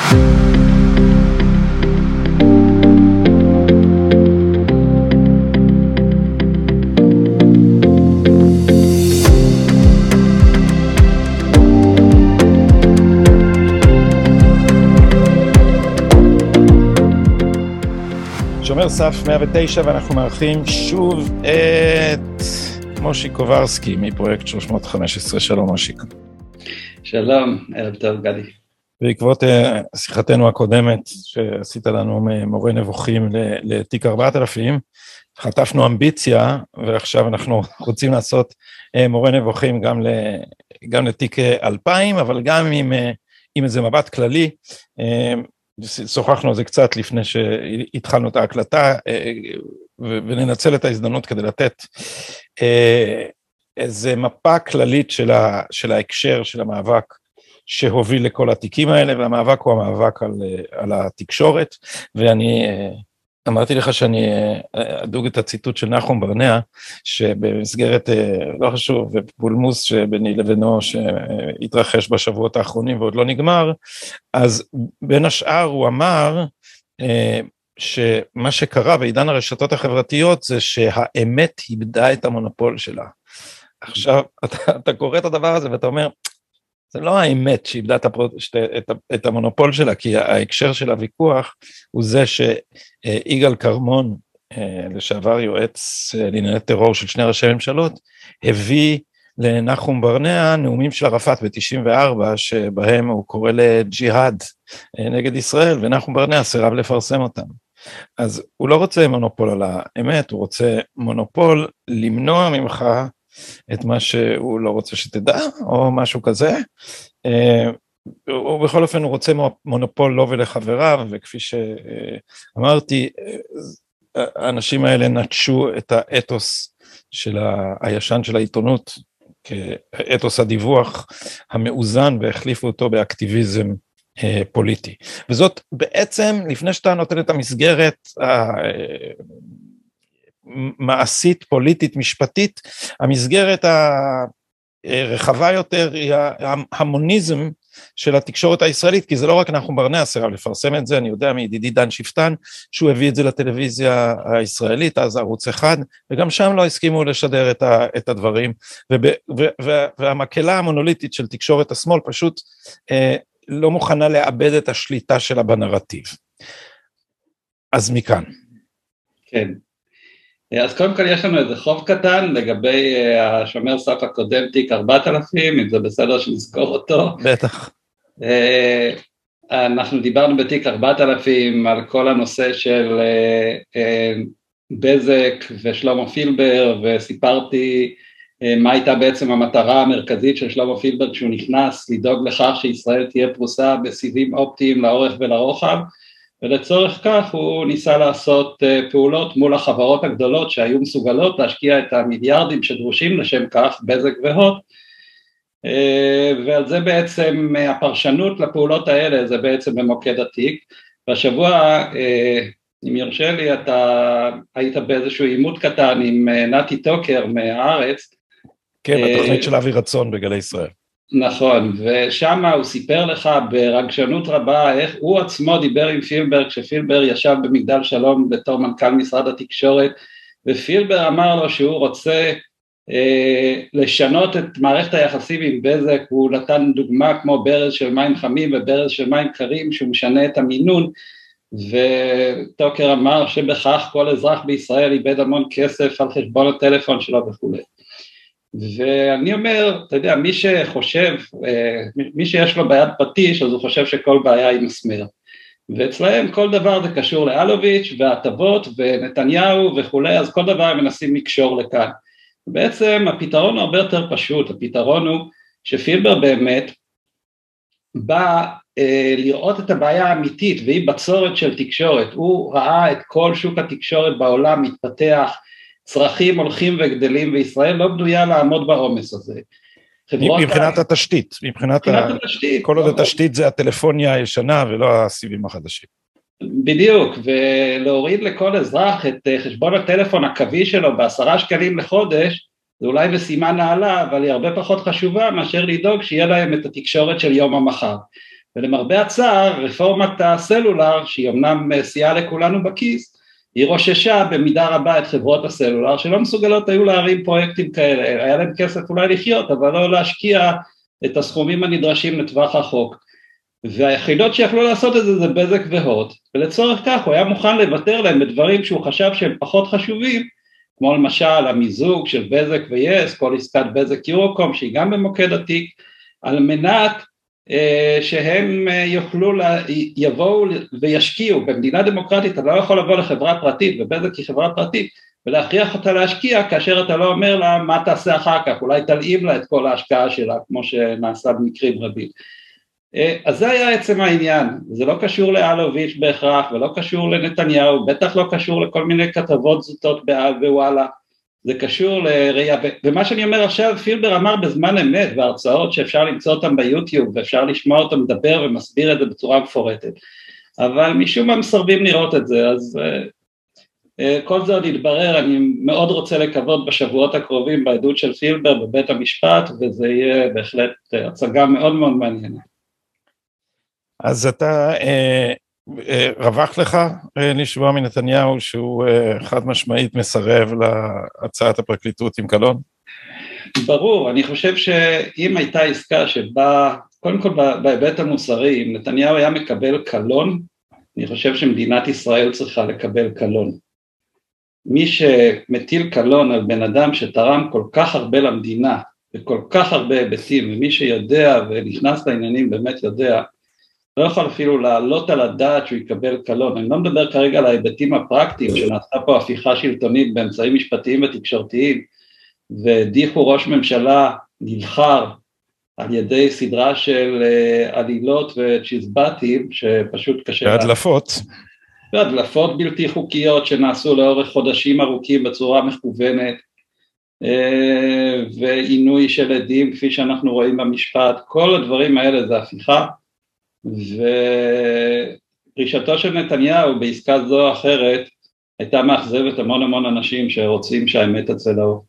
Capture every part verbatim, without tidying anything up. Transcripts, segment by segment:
שומר סף מאה ותשע, ואנחנו מארחים שוב את מושיק קוברסקי מפרויקט שלוש מאות וחמש עשרה. שלום מושיק. שלום, ערב טוב גדי. בעקבות שיחתנו הקודמת שעשית לנו מורה נבוכים לתיק ארבעת אלפים, חטפנו אמביציה, ועכשיו אנחנו רוצים לעשות מורה נבוכים גם, גם לתיק אלפיים, אבל גם עם, עם איזה מבט כללי. שוחחנו על זה קצת לפני שהתחלנו את ההקלטה, וננצל את ההזדמנות כדי לתת איזה מפה כללית של, ה, של ההקשר של המאבק שהוביל לכל התיקים האלה, והמאבק הוא המאבק על, על התקשורת, ואני אמרתי לך שאני אדוג את הציטוט של נחום ברנע, שבמסגרת, לא חשוב, בפולמוס שביני לבינו שהתרחש בשבועות האחרונים ועוד לא נגמר, אז בין השאר הוא אמר שמה שקרה בעידן הרשתות החברתיות זה שהאמת איבדה את המונופול שלה. עכשיו, אתה, אתה קורא את הדבר הזה ואתה אומר, זה לא האמת שאיבדה את, הפרו... את, את המונופול שלה, כי ההקשר של הוויכוח הוא זה שיגאל כרמון, לשעבר יועץ לענייני טרור של שני ראשי ממשלות, הביא לנחום ברנע נאומים של ערפאת ב-תשעים וארבע, שבהם הוא קורא לג'יהאד נגד ישראל, ונחום ברנע סירב לפרסם אותם. אז הוא לא רוצה מונופול על האמת, הוא רוצה מונופול למנוע ממך את מה שהוא לא רוצה שתדע, או משהו כזה, ובכל אופן הוא רוצה מונופול לו ולחבריו, וכפי שאמרתי, האנשים האלה נטשו את האתוס של הישן של העיתונות, כאתוס הדיווח המאוזן, והחליפו אותו באקטיביזם פוליטי. וזאת בעצם, לפני שאתה נותן את המסגרת מעשית, פוליטית, משפטית, המסגרת הרחבה יותר היא ההמוניזם של התקשורת הישראלית, כי זה לא רק נחום ברנע סירב לפרסם את זה, אני יודע מידידי דן שפטן, שהוא הביא את זה לטלוויזיה הישראלית, אז ערוץ אחד, וגם שם לא הסכימו לשדר את, ה, את הדברים, וב, ו, ו, והמקהלה המונוליטית של תקשורת השמאל פשוט אה, לא מוכנה לאבד את השליטה שלה בנרטיב. אז מכאן. כן. אז קודם כל יש לנו איזה חוב קטן לגבי השומר סף הקודם, תיק ארבעת אלפים, אם זה בסדר שנזכור אותו. בטח. אנחנו דיברנו בתיק ארבעת אלפים על כל הנושא של בזק ושלמה פילבר, וסיפרתי מה הייתה בעצם המטרה המרכזית של שלמה פילבר כשהוא נכנס, לדאוג לכך שישראל תהיה פרוסה בסיבים אופטיים לאורך ולרוחב, ולצורך כך הוא ניסה לעשות פעולות מול החברות הגדולות שהיו מסוגלות להשקיע את המיליארדים שדרושים לשם כך, בזק והוט, ועל זה בעצם הפרשנות לפעולות האלה, זה בעצם במוקד התיק. והשבוע, אם ירשה לי, אתה היית באיזשהו עימות קטן עם נתי טוקר מהארץ. כן, בתוכנית של אבי רצון בגלי ישראל. נכון, ושם הוא סיפר לך ברגשנות רבה איך הוא עצמו דיבר עם פילבר, כשפילבר ישב במגדל שלום בתור מנכ"ל משרד התקשורת, ופילבר אמר לו שהוא רוצה אה, לשנות את מערכת היחסים עם בזק, הוא נתן דוגמה כמו ברז של מים חמים וברז של מים קרים, שהוא משנה את המינון, וטוקר אמר שבכך כל אזרח בישראל איבד המון כסף על חשבון הטלפון שלו וכו'. ואני אומר, אתה יודע, מי שחושב, מי שיש לו ביד פטיש, אז הוא חושב שכל בעיה היא מסמר. ואצלהם כל דבר זה קשור לאלוביץ' והטבות ונתניהו וכו', אז כל דבר הם מנסים לקשור לכאן. בעצם הפתרון הוא הרבה יותר פשוט, הפתרון הוא שפילבר באמת בא אה, לראות את הבעיה האמיתית, והיא בצורת של תקשורת. הוא ראה את כל שוק התקשורת בעולם מתפתח, צרכים הולכים וגדלים, וישראל לא בנויה לעמוד בעומס הזה. מבחינת התשתית, מבחינת התשתית, כל עוד התשתית זה הטלפוניה הישנה ולא הסיבים החדשים. בדיוק, ולהוריד לכל אזרח את חשבון הטלפון הקווי שלו בעשרה שקלים לחודש, זה אולי בסימן נעלה, אבל היא הרבה פחות חשובה מאשר לדאוג שיהיה להם את התקשורת של יום המחר. ולמרבה הצער, רפורמת הסלולר, שהיא אמנם סייעה לכולנו בכיס, היא רוששה במידה רבה את חברות הסלולר, שלא מסוגלות היו להרים פרויקטים כאלה, היה להם כסף אולי לחיות, אבל לא להשקיע את הסכומים הנדרשים לטווח החוק, והיחידות שיכלו לעשות את זה זה בזק והוט, ולצורך כך הוא היה מוכן לוותר להם בדברים שהוא חשב שהם פחות חשובים, כמו למשל המיזוג של בזק ויס, כל עסקת בזק יורוקום, שהיא גם במוקד התיק, על מנת שהם יוכלו, יבואו וישקיעו, במדינה דמוקרטית אתה לא יכול לבוא לחברה פרטית, ובזק היא חברה פרטית, ולהכריח אותה להשקיע, כאשר אתה לא אומר לה מה תעשה אחר כך, אולי תלאים לה את כל ההשקעה שלה, כמו שנעשה במקרים רבים. אז זה היה עצם העניין, זה לא קשור לאלוביץ' בהכרח, ולא קשור לנתניהו, בטח לא קשור לכל מיני כתבות זוטות בוואלה, זה קשור לראייה, ומה שאני אומר עכשיו, פילבר אמר בזמן אמת, בהרצאות שאפשר למצוא אותם ביוטיוב, ואפשר לשמוע אותם מדבר ומסביר את זה בצורה מפורטת, אבל משום מה מסרבים לראות את זה, אז כל זה עוד יתברר, אני מאוד רוצה לקוות בשבועות הקרובים, בעדות של פילבר בבית המשפט, וזה יהיה בהחלט הצגה מאוד מאוד מעניינת. אז אתה, אה, אה, רווח לך אה, לשמוע מנתניהו שהוא אה, חד משמעית מסרב להצעת הפרקליטות עם קלון? ברור, אני חושב שאם הייתה עסקה שבה, קודם כל בהיבט המוסרי, אם נתניהו היה מקבל קלון, אני חושב שמדינת ישראל צריכה לקבל קלון. מי שמטיל קלון על בן אדם שתרם כל כך הרבה למדינה, וכל כך הרבה היבטים, ומי שיודע ונכנס לעניינים באמת יודע, לא יכול אפילו לעלות על הדעת שהוא יקבל קלון. אני לא מדבר כרגע על ההיבטים הפרקטיים, שנעשתה פה הפיכה שלטונית באמצעים משפטיים ותקשורתיים, ודיחו ראש ממשלה נבחר על ידי סדרה של עלילות וצ'יזבטים, שפשוט קשה... והדלפות. והדלפות בלתי חוקיות שנעשו לאורך חודשים ארוכים בצורה מכוונת, ועינוי של עדים כפי שאנחנו רואים במשפט, כל הדברים האלה זה הפיכה, ופרישתו של נתניהו בעסקה זו או אחרת הייתה מאכזבת המון המון אנשים שרוצים שהאמת אצל האור.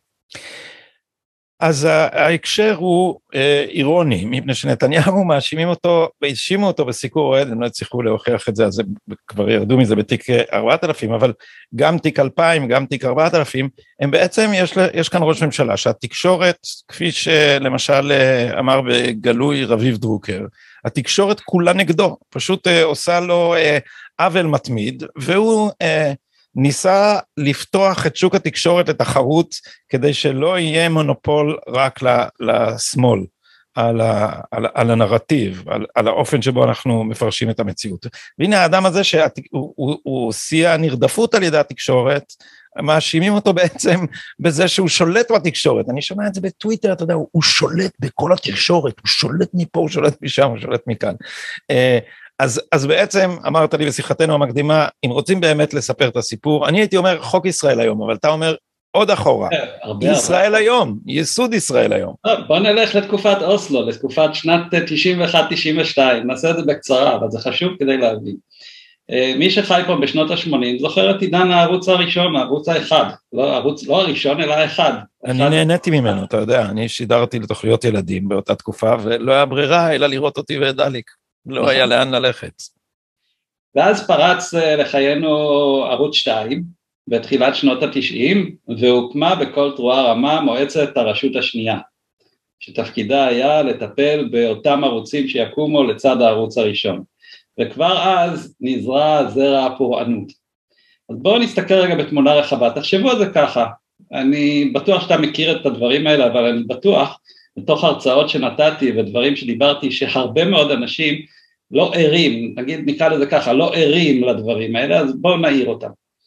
אז ההקשר הוא אה, אירוני, מפני שנתניהו מאשימים אותו, והאשימו אותו בסיקור אוהד, הם לא הצליחו להוכיח את זה, אז כבר ירדו מזה בתיק ארבעת אלפים, אבל גם תיק אלפיים, גם תיק ארבעת אלפים, הם בעצם, יש, יש כאן ראש ממשלה, שהתקשורת, כפי שלמשל אמר בגלוי רביב דרוקר, התקשורת כולה נגדו, פשוט אה, עושה לו אה, עוול מתמיד, והוא... אה, ניסה לפתוח את שוק התקשורת לתחרות, כדי שלא יהיה מונופול רק לשמאל, על, ה, על, על הנרטיב, על, על האופן שבו אנחנו מפרשים את המציאות. והנה האדם הזה שהוא סייע נרדפות על ידי התקשורת, מאשימים אותו בעצם בזה שהוא שולט בתקשורת. אני שומע את זה בטוויטר, אתה יודע, הוא, הוא שולט בכל התקשורת, הוא שולט מפה, הוא שולט משם, הוא שולט מכאן. אז, אז בעצם אמרת לי בשיחתנו המקדימה, אם רוצים באמת לספר את הסיפור, אני הייתי אומר חוק ישראל היום, אבל אתה אומר עוד אחורה, ישראל היום, יסוד ישראל היום. בוא נלך לתקופת אוסלו, לתקופת שנת תשעים ואחת תשעים ושתיים, נעשה את זה בקצרה, אבל זה חשוב כדי להבין. מי שחי פה בשנות ה-שמונים, זוכר את עידן הערוץ הראשון, הערוץ האחד, לא, הערוץ, לא הראשון, אלא האחד. אני נהניתי ממנו, אתה יודע, אני שידרתי לתוכניות ילדים באותה תקופה, ולא היה ברירה, אלא לראות אותי ודליק. לא היה לאן ללכת. ואז פרץ לחיינו ערוץ שתיים, בתחילת שנות התשעים, והוקמה בכל תרועה רמה מועצת הרשות השנייה, שתפקידה היה לטפל באותם ערוצים שיקומו לצד הערוץ הראשון. וכבר אז נזרע זרע הפורענות. אז בואו נסתכל רגע בתמונה רחבה, תחשבו על זה ככה, אני בטוח שאתה מכיר את הדברים האלה, אבל אני בטוח, בתוך הרצאות שנתתי ודברים שדיברתי, שהרבה מאוד אנשים לא ערים, נגיד נקרא לזה ככה, לא ערים לדברים האלה, אז בואו נעיר אותם.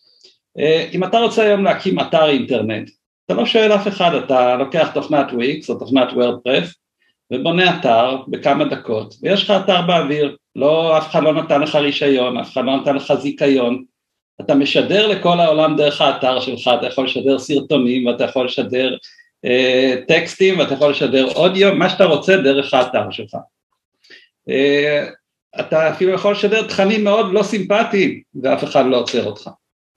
אם אתה רוצה היום להקים אתר אינטרנט, אתה לא שואל אף אחד, אתה לוקח תוכנת וויקס או תוכנת וורדפרס, ובונה אתר בכמה דקות, ויש לך אתר באוויר, לא, אף אחד לא נתן לך רישיון, אף אחד לא נתן לך זיקיון, אתה משדר לכל העולם דרך האתר שלך, אתה יכול לשדר סרטונים, ואתה יכול לשדר אה, טקסטים, ואתה יכול לשדר אודיו, מה שאתה רוצה דרך האתר שלך. אה, אתה אפילו יכול לשדר תכנים מאוד לא סימפטיים, ואף אחד לא עוצר אותך.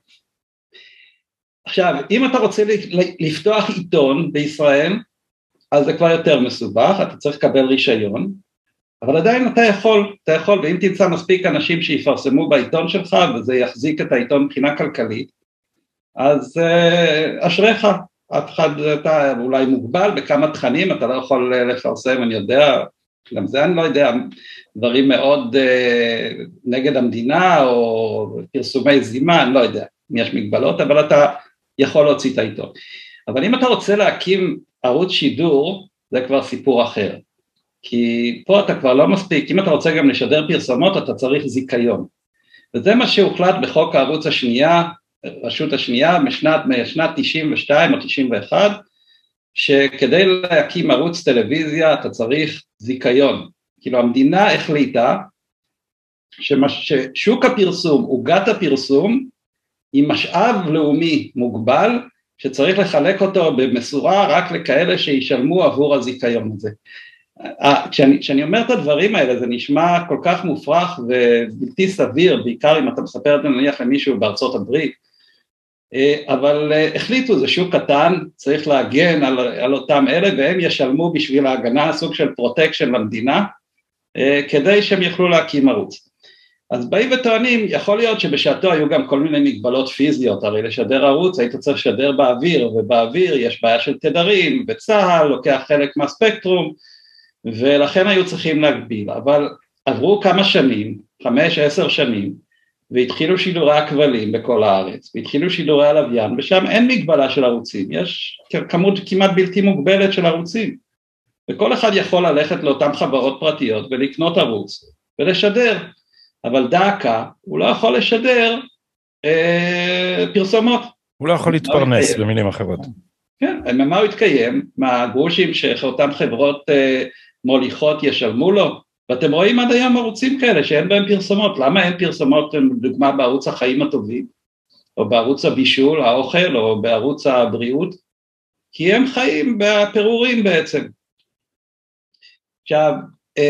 עכשיו, אם אתה רוצה לפתוח עיתון בישראל, אז זה כבר יותר מסובך, אתה צריך לקבל רישיון, אבל עדיין אתה יכול, אתה יכול, ואם תמצא מספיק אנשים שיפרסמו בעיתון שלך, וזה יחזיק את העיתון מבחינה כלכלית, אז אשריך, אף אחד, אתה אולי מוגבל בכמה תכנים, אתה לא יכול לפרסם, אני יודע, גם זה אני לא יודע, דברים מאוד נגד המדינה, או פרסומי זימה, אני לא יודע, אם יש מגבלות, אבל אתה יכול להוציא את העיתון. אבל אם אתה רוצה להקים ערוץ שידור, זה כבר סיפור אחר. כי פה אתה כבר לא מספיק, אם אתה רוצה גם לשדר פרסומות, אתה צריך זיכיון. וזה מה שהוחלט בחוק הערוץ השנייה, רשות השנייה, משנת, משנת תשעים ושתיים או תשעים ואחת, שכדי להקים ערוץ טלוויזיה, אתה צריך זיכיון. כאילו המדינה החליטה, שמש, ששוק הפרסום, עוגת הפרסום, היא משאב לאומי מוגבל, שצריך לחלק אותו במסורה רק לכאלה שישלמו עבור הזיכיון הזה. כשאני, כשאני אומר את הדברים האלה, זה נשמע כל כך מופרך ובלתי סביר, בעיקר אם אתה מספר את זה נניח למישהו בארצות הברית, אבל החליטו, זה שוק קטן, צריך להגן על, על אותם אלה, והם ישלמו בשביל ההגנה, סוג של פרוטקשן למדינה, כדי שהם יוכלו להקים ערוץ. אז באים וטוענים, יכול להיות שבשעתו היו גם כל מיני מגבלות פיזיות, הרי לשדר ערוץ, היית צריך לשדר באוויר, ובאוויר יש בעיה של תדרים, וצהל לוקח חלק מהספקטרום, ולכן היו צריכים להגביל, אבל עברו כמה שנים, חמש, עשר שנים, והתחילו שידורי הכבלים בכל הארץ, והתחילו שידורי הלוויין, ושם אין מגבלה של ערוצים, יש כמות כמעט בלתי מוגבלת של ערוצים, וכל אחד יכול ללכת לאותן חברות פרטיות ולקנות ערוץ ולשדר, אבל דאקה, הוא לא יכול לשדר אה, פרסומות. הוא לא יכול להתפרנס במילים אחרות. כן, ממה הוא יתקיים? מהגרושים שאותן חברות אה, מוליכות ישלמו לו? ואתם רואים עד היום ערוצים כאלה שאין בהם פרסומות, למה אין פרסומות, דוגמה בערוץ החיים הטובים, או בערוץ הבישול, האוכל, או בערוץ הבריאות? כי הם חיים בפירורים בעצם. עכשיו,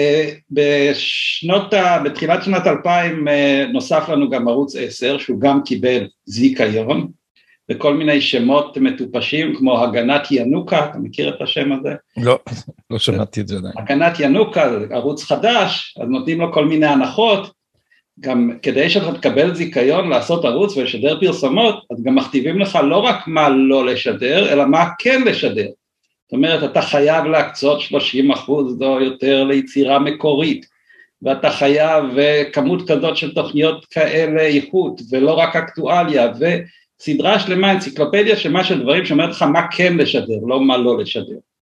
בשנות, בתחילת שנת אלפיים נוסף לנו גם ערוץ עשר, שהוא גם קיבל זיכיון, וכל מיני שמות מטופשים, כמו הגנת ינוקה, אתה מכיר את השם הזה? לא, לא שמעתי את זה עדיין. הגנת ינוקה, ערוץ חדש, אז נותנים לו כל מיני הנחות, גם כדי שאתה תקבל זיכיון לעשות ערוץ ולשדר פרסומות, אז גם מכתיבים לך לא רק מה לא לשדר, אלא מה כן לשדר. זאת אומרת, אתה חייב להקצות שלושים אחוז או יותר ליצירה מקורית, ואתה חייב כמות כזאת של תוכניות כאלה איכות, ולא רק אקטואליה, וסדרה שלמה, אנציקלופדיה שלמה של דברים שאומרת לך מה כן לשדר, לא מה לא לשדר.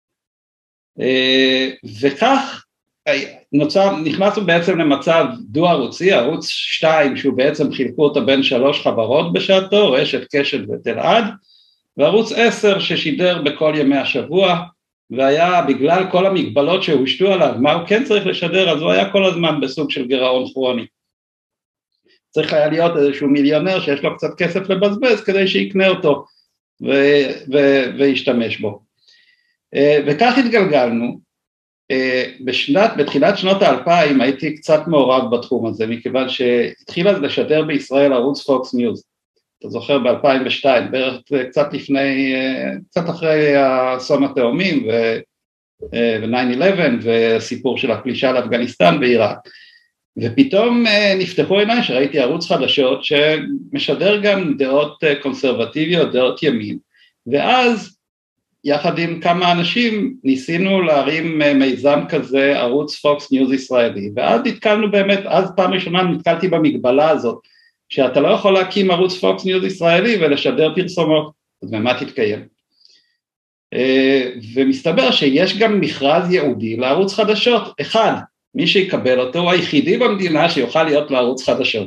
וכך נוצר, נכנסנו בעצם למצב דו ערוצי, ערוץ שתיים, שהוא בעצם חילקו אותו בין שלוש חברות בשעתו, רשת, קשת ותלעד, וערוץ עשר ששידר בכל ימי השבוע, והיה בגלל כל המגבלות שהושתו עליו, מה הוא כן צריך לשדר, אז הוא היה כל הזמן בסוג של גירעון כרוני. צריך היה להיות איזשהו מיליונר שיש לו קצת כסף לבזבז, כדי שיקנה אותו ו- ו- וישתמש בו. וכך התגלגלנו, בשנת, בתחילת שנות האלפיים הייתי קצת מעורב בתחום הזה, מכיוון שהתחילה לשדר בישראל ערוץ פוקס ניוז, אתה זוכר ב-אלפיים ושתיים, בערך קצת לפני, קצת אחרי האסון התאומים ו-נין אלוון והסיפור של הפלישה לאפגניסטן ועיראק, ופתאום נפתחו עיניי שראיתי ערוץ חדשות שמשדר גם דעות קונסרבטיביות, דעות ימין, ואז יחד עם כמה אנשים ניסינו להרים מיזם כזה, ערוץ פוקס ניוז ישראלי, ואז נתקלנו באמת, אז פעם ראשונה נתקלתי במגבלה הזאת, שאתה לא יכול להקים ערוץ פוקס ניוז ישראלי ולשדר פרסומות, אז במה תתקיים? ומסתבר שיש גם מכרז ייעודי לערוץ חדשות, אחד, מי שיקבל אותו הוא היחידי במדינה שיוכל להיות לערוץ חדשות,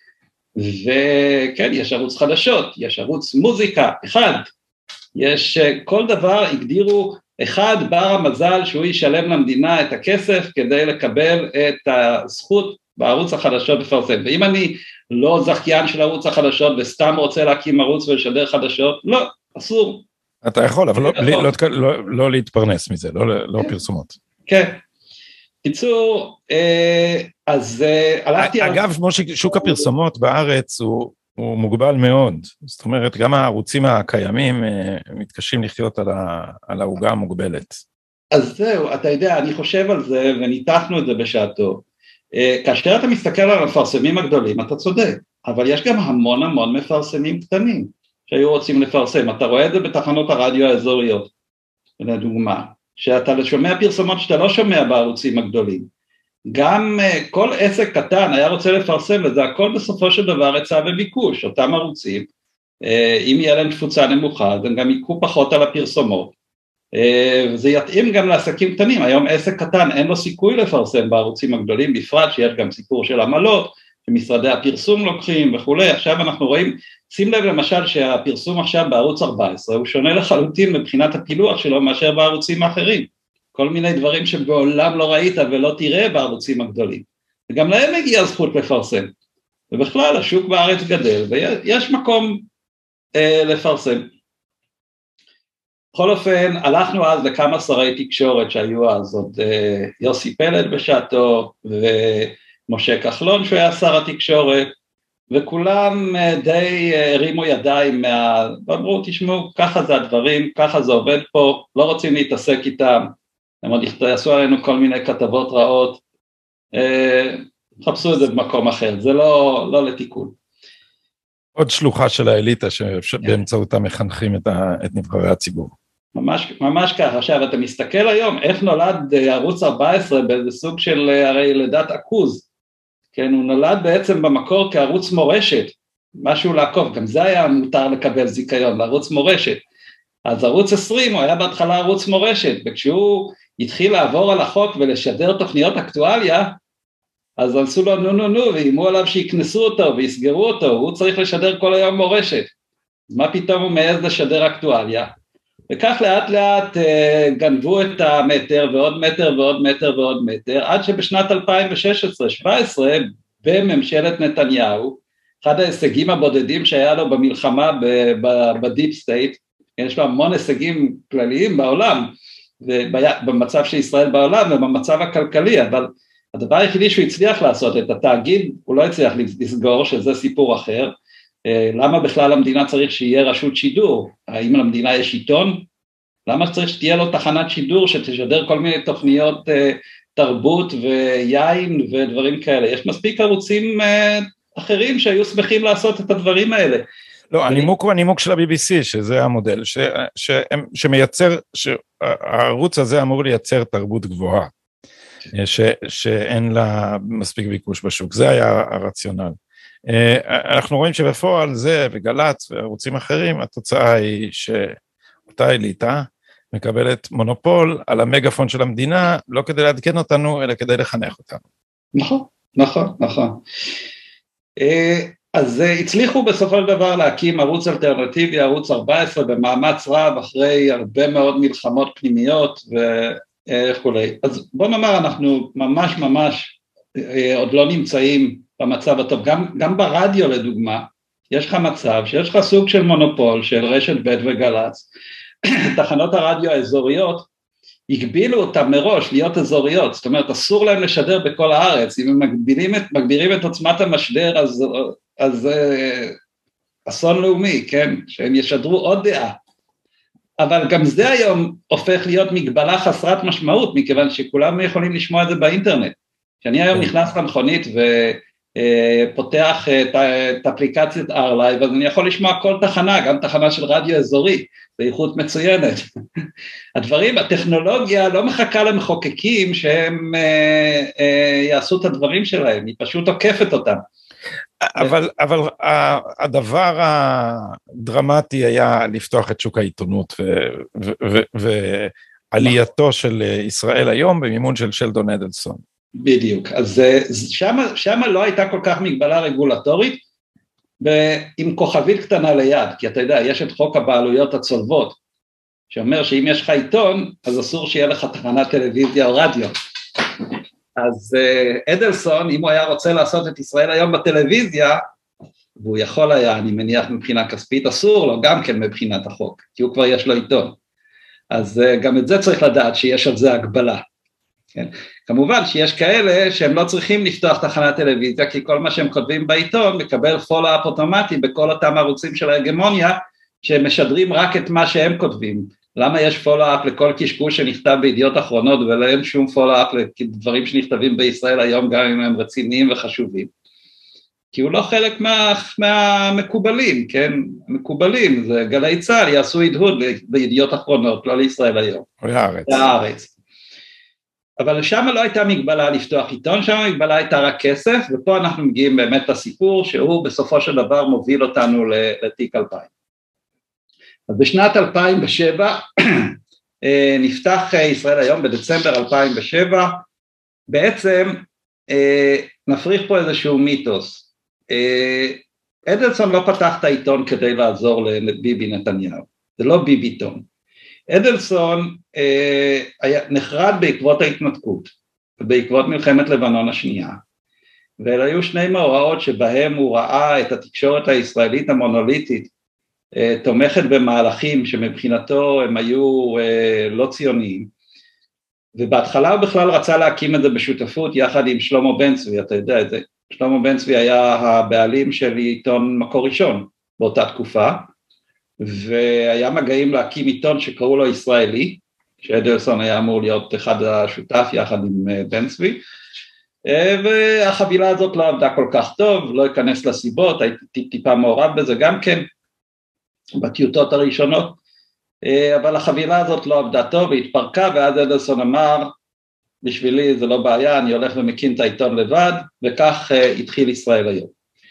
וכן, יש ערוץ חדשות, יש ערוץ מוזיקה, אחד, יש כל דבר, הגדירו אחד בר המזל שהוא ישלם למדינה את הכסף כדי לקבל את הזכות בערוץ החדשות לפרסם, ואם אני לא זכיין של ערוץ החדשות וסתם רוצה להקים ערוץ ולשדר חדשות, לא, אסור. אתה יכול, אבל לא, לא, לא, לא, לא להתפרנס מזה, לא, לא פרסומות. כן. קיצור, אז הלכתי... אגב, כמו ששוק הפרסומות בארץ הוא, הוא מוגבל מאוד, זאת אומרת, גם הערוצים הקיימים מתקשים לחיות על, ה, על העוגה המוגבלת. אז זהו, אתה יודע, אני חושב על זה, וניתחנו את זה בשעתו, כאשר אתה מסתכל על המפרסמים הגדולים, אתה צודק, אבל יש גם המון המון מפרסמים קטנים, שהיו רוצים לפרסם, אתה רואה את זה בתחנות הרדיו האזוריות, לדוגמה, שאתה שומע פרסומות שאתה לא שומע בערוצים הגדולים, גם כל עסק קטן היה רוצה לפרסם, וזה הכל בסופו של דבר היצע וביקוש, אותם ערוצים, אם יהיה להם תפוצה נמוכה, אז הם גם יקחו פחות על הפרסומות, וזה יתאים גם לעסקים קטנים, היום עסק קטן אין לו סיכוי לפרסם בערוצים הגדולים, בפרט שיש גם סיפור של עמלות, שמשרדי הפרסום לוקחים וכולי, עכשיו אנחנו רואים, שים לב למשל שהפרסום עכשיו בערוץ ארבע עשרה, הוא שונה לחלוטין מבחינת הפילוח שלו מאשר בערוצים האחרים, כל מיני דברים שבעולם לא ראית ולא תראה בערוצים הגדולים, וגם להם הגיעה זכות לפרסם, ובכלל השוק בארץ גדל, ויש מקום אה, לפרסם. בכל אופן, הלכנו אז לכמה שרי תקשורת שהיו אז, עוד אה, יוסי פלד בשעתו, ומשה כחלון שהוא היה שר התקשורת, וכולם אה, די הרימו אה, ידיים, מה... ואמרו, תשמעו, ככה זה הדברים, ככה זה עובד פה, לא רוצים להתעסק איתם, הם עוד יעשו עלינו כל מיני כתבות רעות, אה, חפשו את זה במקום אחר, זה לא, לא לתיקון. עוד שלוחה של האליטה שבאמצעותה מחנכים את, ה, את נבחרי הציבור. ממש, ממש כך. עכשיו אתה מסתכל היום איך נולד ערוץ ארבע עשרה באיזה סוג של הרי לידת עכוז, כן, הוא נולד בעצם במקור כערוץ מורשת, משהו לעקוב, גם זה היה מותר לקבל זיכיון, לערוץ מורשת, אז ערוץ עשרים הוא היה בהתחלה ערוץ מורשת, וכשהוא התחיל לעבור על החוק ולשדר תוכניות אקטואליה, אז עשו לו נו נו נו, ואימו עליו שיקנסו אותו ויסגרו אותו, הוא צריך לשדר כל היום מורשת, אז מה פתאום הוא מעז לשדר אקטואליה, וכך לאט לאט אה, גנבו את המטר ועוד מטר ועוד מטר ועוד מטר, עד שבשנת אלפיים ושש עשרה שבע עשרה בממשלת נתניהו, אחד ההישגים הבודדים שהיה לו במלחמה בדיפ סטייט, יש לו המון הישגים כלליים בעולם, במצב של ישראל בעולם ובמצב הכלכלי, אבל הדבר היחידי שהוא הצליח לעשות, את התאגיד הוא לא הצליח לסגור, שזה סיפור אחר, למה בכלל המדינה צריך שיהיה רשות שידור, האם למדינה יש עיתון, למה צריך שתהיה לו תחנת שידור שתשדר כל מיני תוכניות תרבות ויין ודברים כאלה, יש מספיק ערוצים אחרים שהיו שמחים לעשות את הדברים האלה. לא, הנימוק הוא הנימוק של ה-בי בי סי, שזה המודל, ש, ש, שמייצר, שהערוץ הזה אמור לייצר תרבות גבוהה, ש, שאין לה מספיק ביקוש בשוק, זה היה הרציונל. אנחנו רואים שבפועל זה וגלץ וערוצים אחרים, התוצאה היא שאותה אליטה מקבלת מונופול על המגפון של המדינה, לא כדי לעדכן אותנו, אלא כדי לחנך אותנו. נכון, נכון, נכון. אז הצליחו בסופו של דבר להקים ערוץ אלטרנטיבי, ערוץ ארבע עשרה, במאמץ רב, אחרי הרבה מאוד מלחמות פנימיות וכו'. אז בוא נאמר, אנחנו ממש ממש עוד לא נמצאים במצב הטוב, גם, גם ברדיו לדוגמה, יש לך מצב שיש לך סוג של מונופול של רשת ב' וגלץ, תחנות הרדיו האזוריות, הגבילו אותם מראש להיות אזוריות, זאת אומרת אסור להם לשדר בכל הארץ, אם הם מגבילים את, מגבירים את עוצמת המשדר, אז, אז אסון לאומי, כן, שהם ישדרו עוד דעה, אבל גם זה היום הופך להיות מגבלה חסרת משמעות, מכיוון שכולם יכולים לשמוע את זה באינטרנט, שאני היום נכנס למכונית ופותח את אפליקציית ארלייב, אז אני יכול לשמוע כל תחנה, גם תחנה של רדיו אזורי, באיכות מצוינת. הדברים, הטכנולוגיה לא מחכה למחוקקים שהם אה, אה, יעשו את הדברים שלהם, היא פשוט עוקפת אותם. אבל, אבל הדבר הדרמטי היה לפתוח את שוק העיתונות ו, ו, ו, ועלייתו של ישראל היום במימון של שלדון אדלסון. בדיוק, אז שמה, שמה לא הייתה כל כך מגבלה רגולטורית, עם כוכבית קטנה ליד, כי אתה יודע, יש את חוק הבעלויות הצולבות, שאומר שאם יש לך עיתון, אז אסור שיהיה לך תחנת טלוויזיה או רדיו. אז אדלסון, אם הוא היה רוצה לעשות את ישראל היום בטלוויזיה, והוא יכול היה, אני מניח מבחינה כספית, אסור לו גם כן מבחינת החוק, כי הוא כבר יש לו עיתון. אז גם את זה צריך לדעת שיש על זה הגבלה. כן? כמובן שיש כאלה שהם לא צריכים לפתוח תחנת טלוויזיה, כי כל מה שהם כותבים בעיתון מקבל פולו-אפ אוטומטי בכל אותם ערוצים של ההגמוניה, שהם משדרים רק את מה שהם כותבים, למה יש פולו-אפ לכל קשקוש שנכתב בידיעות אחרונות, ולאין שום פולו-אפ לדברים שנכתבים בישראל היום, גם אם הם רציניים וחשובים? כי הוא לא חלק מה, מהמקובלים, כן? מקובלים, זה גלי צה"ל, יעשו הדהוד בידיעות אחרונות, לא לישראל היום. להארץ. להארץ. אבל שם לא הייתה מגבלה לפתוח עיתון, שם המגבלה הייתה רק כסף, ופה אנחנו מגיעים באמת לסיפור, שהוא בסופו של דבר מוביל אותנו לתיק אלפיים. אז בשנת אלפיים ושבע, נפתח ישראל היום בדצמבר אלפיים ושבע, בעצם נפריך פה איזשהו מיתוס. אדלסון לא פתח את העיתון כדי לעזור לביבי נתניהו, זה לא ביביתון. אדלסון היה נחרד בעקבות ההתנתקות, ובעקבות מלחמת לבנון השנייה, ואלה היו שני מאורעות שבהם הוא ראה את התקשורת הישראלית המונוליטית, תומכת במהלכים שמבחינתו הם היו לא ציוניים, ובהתחלה הוא בכלל רצה להקים את זה בשותפות יחד עם שלמה בן צבי, אתה יודע את זה, שלמה בן צבי היה הבעלים של עיתון מקור ראשון באותה תקופה, והיה מגעים להקים עיתון שקראו לו ישראלי, שאדלסון היה אמור להיות אחד השותף יחד עם בן צבי, והחבילה הזאת לא עבדה כל כך טוב, לא אכנס לסיבות, הייתי טיפה מעורב בזה גם כן, בטיוטות הראשונות, אבל החבילה הזאת לא עבדה טוב, היא התפרקה, ואז אדלסון אמר, בשבילי זה לא בעיה, אני הולך ומקים את העיתון לבד, וכך התחיל ישראל היום.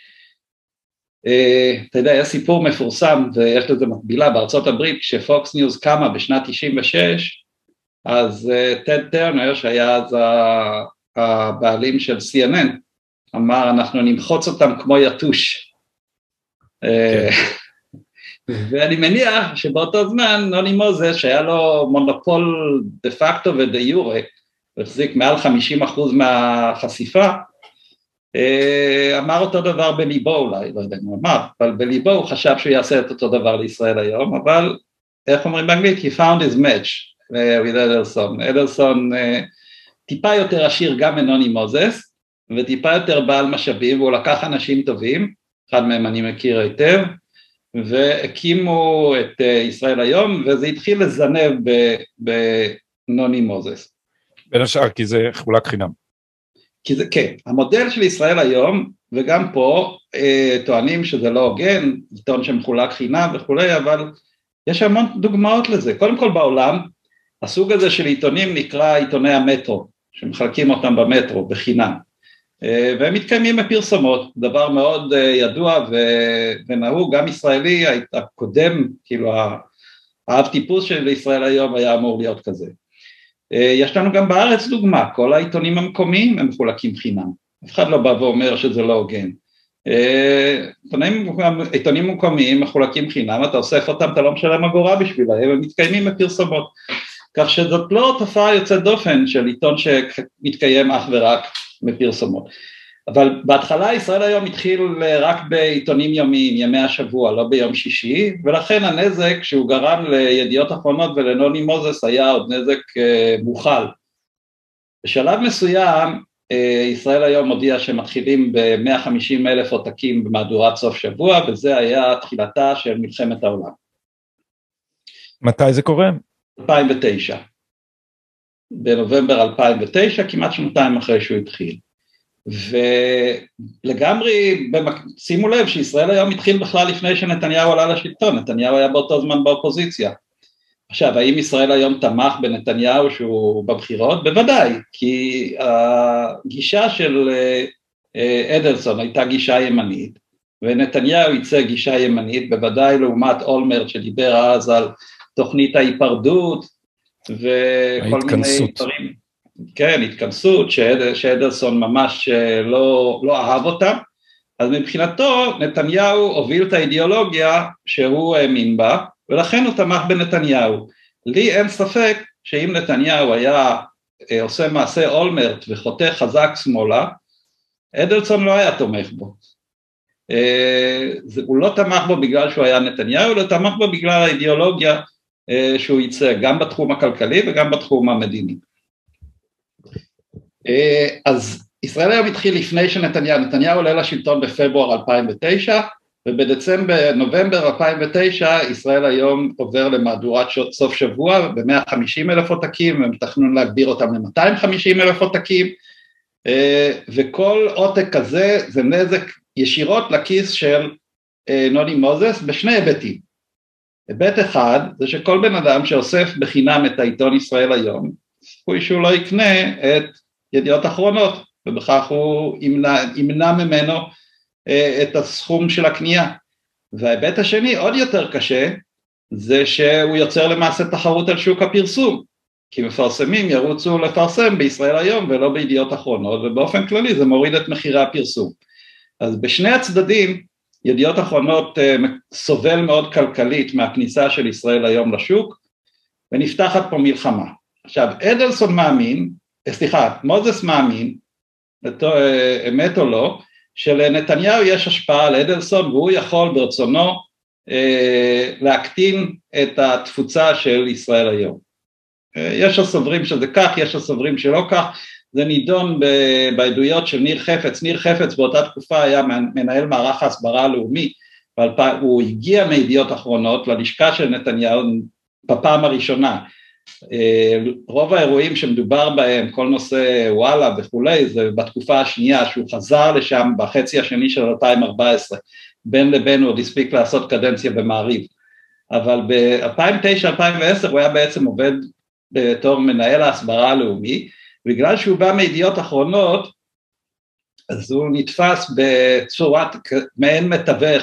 אתה יודע, יש סיפור מפורסם, ויש לזה מקבילה בארצות הברית, כשפוקס ניוז קמה בשנת תשעים ושש, אז טד טרנר, שהיה אז הבעלים של סי אן אן, אמר, אנחנו נמחוץ אותם כמו יתוש. כן. ואני מניח שבאותו זמן נוני מוזס, שהיה לו מונופול דה פקטו ודה יורה, והחזיק מעל חמישים אחוז מהחשיפה, אמר אותו דבר בליבו אולי, לא יודע אם הוא אמר, אבל בליבו הוא חשב שהוא יעשה את אותו דבר לישראל היום, אבל איך אומרים באנגלית? He found his match with אדלסון. אדלסון טיפה יותר עשיר גם מנוני מוזס, וטיפה יותר בעל משאבים, והוא לקח אנשים טובים, אחד מהם אני מכיר היטב, והקימו את ישראל היום, וזה התחיל לזנב בנוני מוזס. בין השאר, כי זה חולק חינם. כי זה, כן, המודל של ישראל היום, וגם פה, טוענים שזה לא הוגן, עיתון שמחולק חינם וכולי, אבל יש המון דוגמאות לזה. קודם כל בעולם, הסוג הזה של עיתונים נקרא עיתוני המטרו, שמחלקים אותם במטרו, בחינם. והם מתקיימים בפרסומות, דבר מאוד ידוע ונהוג, גם ישראלי, הקודם, כאילו האב טיפוס של ישראל היום היה אמור להיות כזה. יש לנו גם בארץ דוגמה, כל העיתונים המקומיים הם מחולקים חינם, אף אחד לא בא ואומר שזה לא הוגן. עיתונים מקומיים מחולקים חינם, אתה אוסף אותם, אתה לא משלם אגורה בשבילהם, הם מתקיימים בפרסומות, כך שזאת לא תופעה יוצאת דופן של עיתון שמתקיים אך ורק בפרסומות. אבל בהתחלה ישראל היום התחיל רק בעיתונים יומיים, ימי השבוע, לא ביום שישי, ולכן הנזק שהוא גרם לידיעות אחרונות ולנוני מוזס היה עוד נזק מוכל. בשלב מסוים, ישראל היום הודיע שמתחילים ב-מאה וחמישים אלף עותקים במהדורת סוף שבוע, וזה היה תחילתה של מלחמת העולם. מתי זה קורה? אלפיים ותשע. בנובמבר אלפיים ותשע, כמעט שנתיים אחרי שהוא התחיל. ולגמרי, שימו לב שישראל היום התחיל בכלל לפני שנתניהו עלה לשלטון, נתניהו היה באותו זמן באופוזיציה. עכשיו, האם ישראל היום תמך בנתניהו שהוא בבחירות? בוודאי, כי הגישה של אדלסון הייתה גישה ימנית, ונתניהו ייצא גישה ימנית, בוודאי לעומת אולמרט שדיבר אז על תוכנית ההיפרדות, וכל מיני דברים. כן, התכנסות, שאדלסון ממש לא, לא אהב אותה, אז מבחינתו נתניהו הוביל את האידיאולוגיה שהוא האמין בה, ולכן הוא תמך בנתניהו. לי אין ספק שאם נתניהו היה עושה מעשה אולמרט וחותך חזק שמאלה, אדלסון לא היה תומך בו. הוא לא תמך בו בגלל שהוא היה נתניהו, הוא לא תמך בו בגלל האידיאולוגיה שהוא ייצא, גם בתחום הכלכלי וגם בתחום המדיני. אז ישראל היום התחיל לפני שנתניהו, נתניהו עולה לשלטון בפברואר אלפיים ותשע, ובדצמבר, נובמבר אלפיים ותשע, ישראל היום עובר למהדורת סוף שבוע, ב-מאה וחמישים אלף עותקים, ומתכנון להגביר אותם ל-מאתיים וחמישים אלף עותקים, וכל עותק כזה זה נזק ישירות לכיס של נוני מוזס, בשני היבטים. היבט אחד, זה שכל בן אדם שאוסף בחינם את העיתון ישראל היום, סיכוי שהוא לא יקנה את ידיעות אחרונות, ובכך הוא ימנע, ימנע ממנו את הסכום של הקנייה. וההיבט השני, עוד יותר קשה, זה שהוא יוצר למעשה תחרות על שוק הפרסום, כי מפרסמים ירוצו לפרסם בישראל היום ולא בידיעות אחרונות, ובאופן כללי זה מוריד את מחירי הפרסום. אז בשני הצדדים, ידיעות אחרונות סובל מאוד כלכלית מהכניסה של ישראל היום לשוק, ונפתחת פה מלחמה. עכשיו, אדלסון מאמין, סליחה, מוזס מאמין, אמת או לא, שלנתניהו יש השפעה על אדלסון, והוא יכול ברצונו אה, להקטין את התפוצה של ישראל היום. אה, יש הסוברים שזה כך, יש הסוברים שלא כך, זה נידון ב- בעדויות של ניר חפץ, ניר חפץ באותה תקופה היה מנהל מערך ההסברה הלאומי, הוא הגיע מידיעות אחרונות ללשכה של נתניהו בפעם הראשונה, רוב האירועים שמדובר בהם, כל נושא וואלה וכולי, זה בתקופה השנייה שהוא חזר לשם בחצי השני של אלפיים וארבע עשרה, בין לבין הוא עוד הספיק לעשות קדנציה במעריב, אבל ב-אלפיים ותשע אלפיים ועשר הוא היה בעצם עובד בתור מנהל ההסברה הלאומי, בגלל שהוא בא מידיעות אחרונות, אז הוא נתפס בצורת מעין מתווך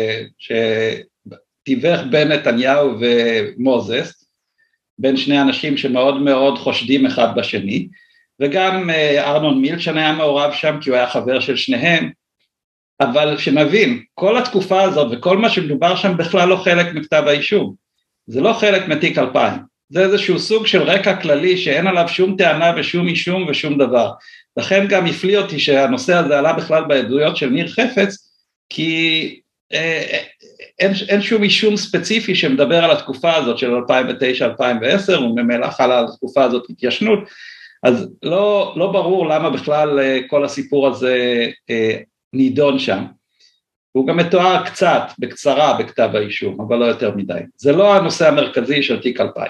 שתיווך בין נתניהו ומוזס, בין שני אנשים שמאוד מאוד חושדים אחד בשני, וגם ארנון מילצ'ן היה מעורב שם, כי הוא היה חבר של שניהם, אבל שנבין, כל התקופה הזאת וכל מה שמדובר שם בכלל לא חלק מכתב האישום, זה לא חלק מתיק אלפיים, זה איזשהו סוג של רקע כללי שאין עליו שום טענה ושום אישום ושום דבר, לכן גם הפליא אותי שהנושא הזה עלה בכלל בעדויות של ניר חפץ, כי אה, אין, אין שום אישום ספציפי שמדבר על התקופה הזאת של אלפיים ותשע אלפיים ועשר, וממילא חלה על התקופה הזאת התיישנות, אז לא, לא ברור למה בכלל אה, כל הסיפור הזה אה, נידון שם, הוא גם מתואר קצת, בקצרה, בכתב האישום, אבל לא יותר מדי, זה לא הנושא המרכזי של תיק אלפיים.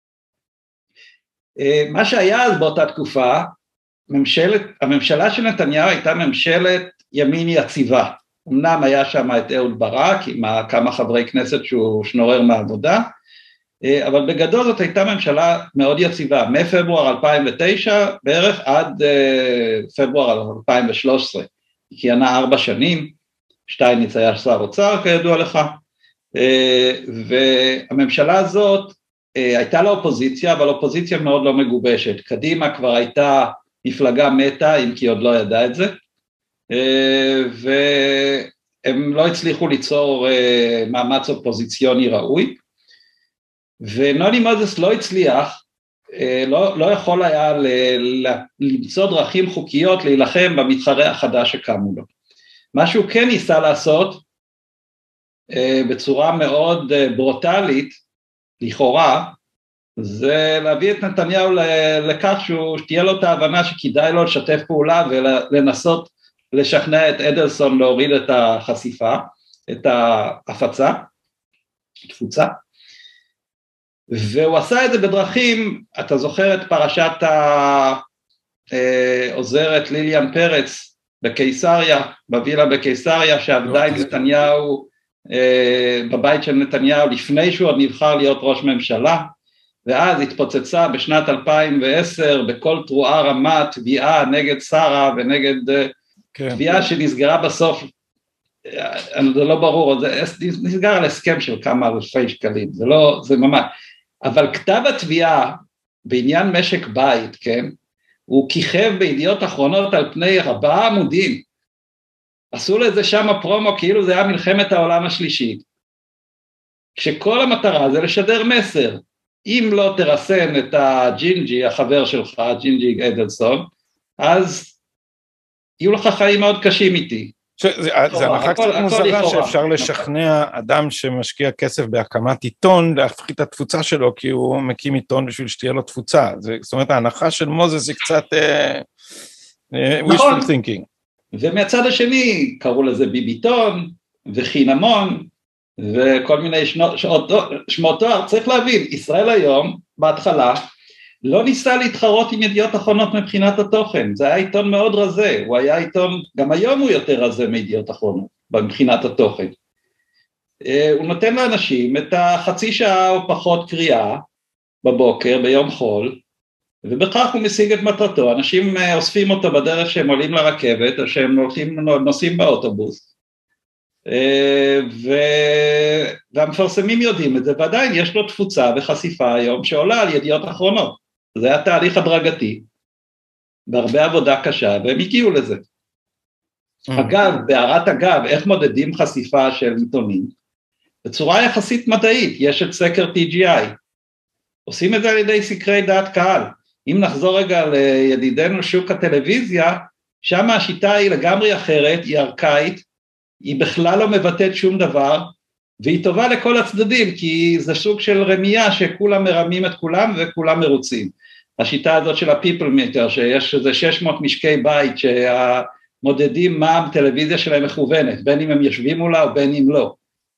אה, מה שהיה אז באותה תקופה, ממשלת, הממשלה של נתניהו הייתה ממשלת ימין יציבה, אמנם היה שם את אהוד ברק, עם כמה חברי כנסת שהוא שנורר מהעבודה, אבל בגדול זאת הייתה ממשלה מאוד יציבה, מפברואר אלפיים ותשע בערך עד פברואר אלפיים ושלוש עשרה, היא כיהנה ארבע שנים, שטייניץ היה שר אוצר כידוע לך, והממשלה הזאת הייתה לה אופוזיציה, אבל אופוזיציה מאוד לא מגובשת, קדימה כבר הייתה מפלגה מתה, אם כי עוד לא ידע את זה, והם לא הצליחו ליצור מאמץ אופוזיציוני ראוי, ונוני מוזס לא הצליח, לא, לא יכול היה ל, ל, למצוא דרכים חוקיות להילחם במתחרה החדש שקמו לו. מה שהוא כן ניסה לעשות, בצורה מאוד ברוטלית, לכאורה, זה להביא את נתניהו לכך שהוא, שתהיה לו את ההבנה שכדאי לו לשתף פעולה ולנסות לשכנע את אדלסון להוריד את החשיפה, את ההפצה, תפוצה, והוא עשה את זה בדרכים, אתה זוכר את פרשת העוזרת ליליאן פרץ בקיסריה, בווילה בקיסריה, שעבדה עם נתניהו, בבית של נתניהו, לפני שהוא עוד נבחר להיות ראש ממשלה, ואז התפוצצה בשנת אלפיים ועשר, בכל תרועה רמה, תביעה נגד שרה ונגד כן. תביעה שנסגרה בסוף, זה לא ברור, זה נסגר על הסכם של כמה אלפי שקלים, זה לא, זה ממש, אבל כתב התביעה בעניין משק בית, כן, הוא כיכב בידיעות אחרונות על פני ארבעה עמודים, עשו לזה שם הפרומו כאילו זה היה מלחמת העולם השלישית, כשכל המטרה זה לשדר מסר, אם לא תרסן את הג'ינג'י, החבר שלך, ג'ינג'י אדלסון, אז יהיו לך חיים מאוד קשים איתי. זה הנחה קצת מוזרה שאפשר לשכנע אדם שמשקיע כסף בהקמת עיתון, להפחית את התפוצה שלו, כי הוא מקים עיתון בשביל שתהיה לו תפוצה. זאת אומרת, ההנחה של מוזס היא קצת wishful thinking. ומהצד השני, קראו לזה ביביטון, וחינמון, וכל מיני שמות תואר, צריך להבין, ישראל היום, בהתחלה, לא ניסה להתחרות עם ידיעות אחרונות מבחינת התוכן, זה היה עיתון מאוד רזה, הוא היה עיתון, גם היום הוא יותר רזה מידיעות אחרונות, מבחינת התוכן. הוא נותן לאנשים את החצי שעה או פחות קריאה, בבוקר, ביום חול, ובכך הוא משיג את מטרתו, אנשים אוספים אותו בדרך שהם עולים לרכבת, או שהם הולכים, נוסעים באוטובוס, ו... והמפרסמים יודעים את זה, ועדיין יש לו תפוצה וחשיפה היום, שעולה על ידיעות אחרונות, זה היה תהליך הדרגתי, בהרבה עבודה קשה, והם הגיעו לזה. אגב, בהערת אגב, איך מודדים חשיפה של עיתונים? בצורה יחסית מדעית, יש את סקר טי ג'י איי, עושים את זה על ידי סקרי דעת קהל, אם נחזור רגע לידידנו שוק הטלוויזיה, שם השיטה היא לגמרי אחרת, היא ארכאית, היא בכלל לא מבטאת שום דבר, והיא טובה לכל הצדדים, כי זה סוג של רמייה שכולם מרמים את כולם וכולם מרוצים. השיטה הזאת של ה-people meter, שיש איזה שש מאות משקי בית, שהמודדים מה הטלוויזיה שלהם מכוונת, בין אם הם יושבים מולה או בין אם לא.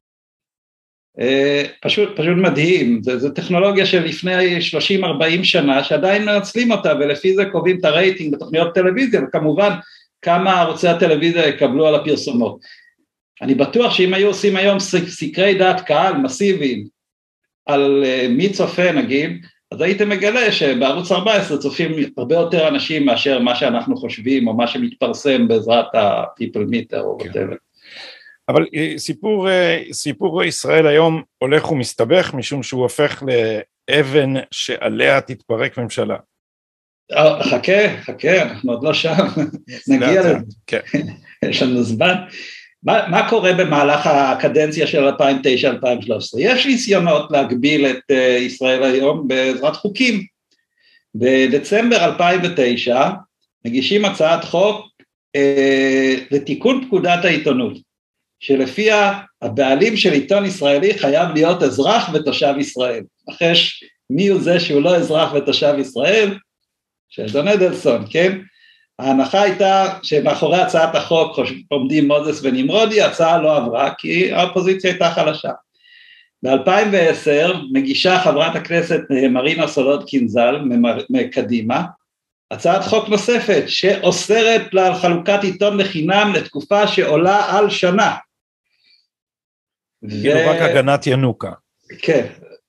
פשוט, פשוט מדהים, זה, זה טכנולוגיה של לפני שלושים ארבעים שנה, שעדיין מנצלים אותה, ולפי זה קובעים את הרייטינג בתוכניות טלוויזיה, וכמובן כמה ערוצי הטלוויזיה יקבלו על הפרסומות. אני בטוח שאם היו עושים היום סקרי דעת קהל מסיביים, על מי צופה נגיד, אז הייתם מגלה שבערוץ ארבע עשרה צופים הרבה יותר אנשים מאשר מה שאנחנו חושבים, או מה שמתפרסם בעזרת ה-people meter או whatever. אבל סיפור, סיפור ישראל היום הולך ומסתבך, משום שהוא הופך לאבן שעליה תתפרק ממשלה. חכה, חכה, אנחנו עוד לא שם, נגיע לזה. יש לנו זמן. מה, מה קורה במהלך הקדנציה של אלפיים ותשע עד אלפיים ושלוש עשרה? יש ניסיונות להגביל את ישראל היום בעזרת חוקים. בדצמבר אלפיים ותשע מגישים הצעת חוק אה, לתיקון פקודת העיתונות, שלפיה הבעלים של עיתון ישראלי חייב להיות אזרח ותושב ישראל. אחש מי הוא זה שהוא לא אזרח ותושב ישראל? שלדון אדלסון, כן? ההנחה הייתה שמאחורי הצעת החוק עומדים מוזס ונמרודי, ההצעה לא עברה כי האופוזיציה הייתה חלשה. ב-אלפיים ועשר מגישה חברת הכנסת מרינה סולודקין ז"ל מקדימה, הצעת חוק נוספת שאוסרת לה על חלוקת עיתון לחינם לתקופה שעולה על שנה. כאילו ו... רק הגנת ינוקה. כן,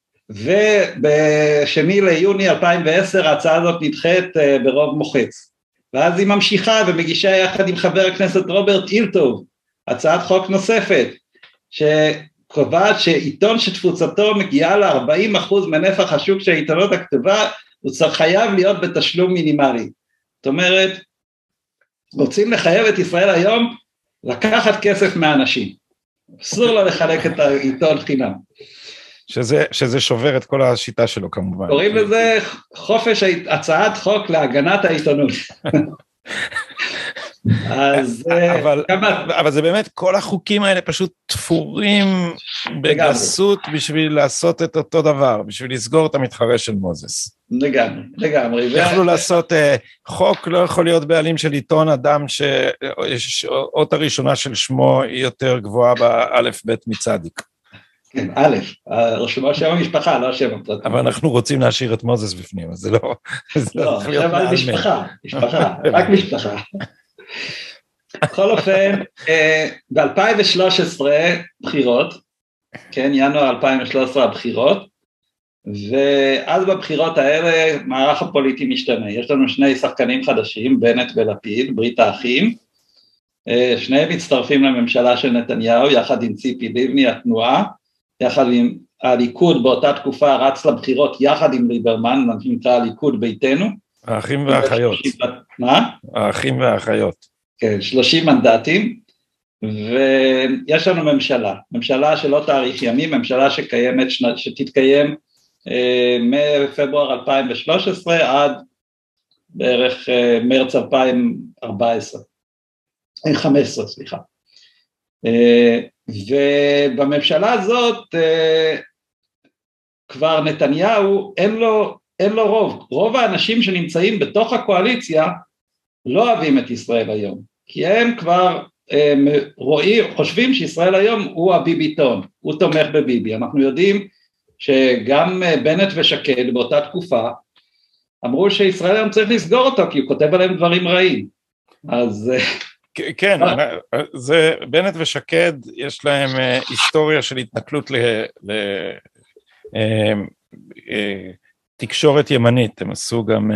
ובשני ליוני אלפיים ועשר ההצעה הזאת נדחית ברוב מוחץ. ואז היא ממשיכה ומגישה יחד עם חבר הכנסת רוברט אילטוב, הצעת חוק נוספת, שקובעת שעיתון שתפוצתו מגיעה ל-ארבעים אחוז מנפח השוק של העיתונות הכתובה, הוא צריך חייב להיות בתשלום מינימלי. זאת אומרת, רוצים לחייב את ישראל היום, לקחת כסף מהאנשים. אסור לו לחלק את העיתון חינם. שזה, שזה שובר את כל השיטה שלו כמובן. קוראים לזה חופש, הצעת חוק להגנת העיתונות. אז, אבל, כמה... אבל זה באמת, כל החוקים האלה פשוט תפורים בגסות בשביל לעשות את אותו דבר, בשביל לסגור את המתחרה של מוזס. לגמרי, לגמרי. יכלו לעשות, חוק לא יכול להיות בעלים של עיתון אדם שאות הראשונה של שמו היא יותר גבוהה באלף בית מצדיק. כן, א', רשומה שם המשפחה, לא שם הפרטי. אבל אנחנו רוצים להשאיר את מוזס בפנים, אז זה לא... לא, עכשיו על משפחה, משפחה, רק משפחה. בכל אופן, ב-אלפיים ושלוש עשרה בחירות, כן, ינואר אלפיים ושלוש עשרה הבחירות, ואז בבחירות האלה מערך הפוליטי משתנה, יש לנו שני שחקנים חדשים, בנט ולפיד, ברית האחים, שניהם מצטרפים לממשלה של נתניהו, יחד עם ציפי לבני, התנועה, יחד עם הליכוד באותה תקופה רץ לבחירות יחד עם ליברמן, נקרא הליכוד ביתנו. האחים והאחיות. מה? האחים והאחיות. כן, שלושים מנדטים, ויש לנו ממשלה, ממשלה שלא תאריך ימים, ממשלה שקיימת, שתתקיים אה, מפברואר אלפיים ושלוש עשרה עד בערך אה, מרץ אלפיים וארבע עשרה, חמש עשרה, סליחה. אה, ובממשלה הזאת כבר נתניהו אין לו, אין לו רוב, רוב האנשים שנמצאים בתוך הקואליציה לא אוהבים את ישראל היום, כי הם כבר רואים, חושבים שישראל היום הוא הביביטון, הוא תומך בביבי, אנחנו יודעים שגם בנט ושקד באותה תקופה, אמרו שישראל היום צריך לסגור אותו, כי הוא כותב עליהם דברים רעים, אז... כן, זה, בנט ושקד יש להם היסטוריה של התנכלות לתקשורת ימנית, הם עשו גם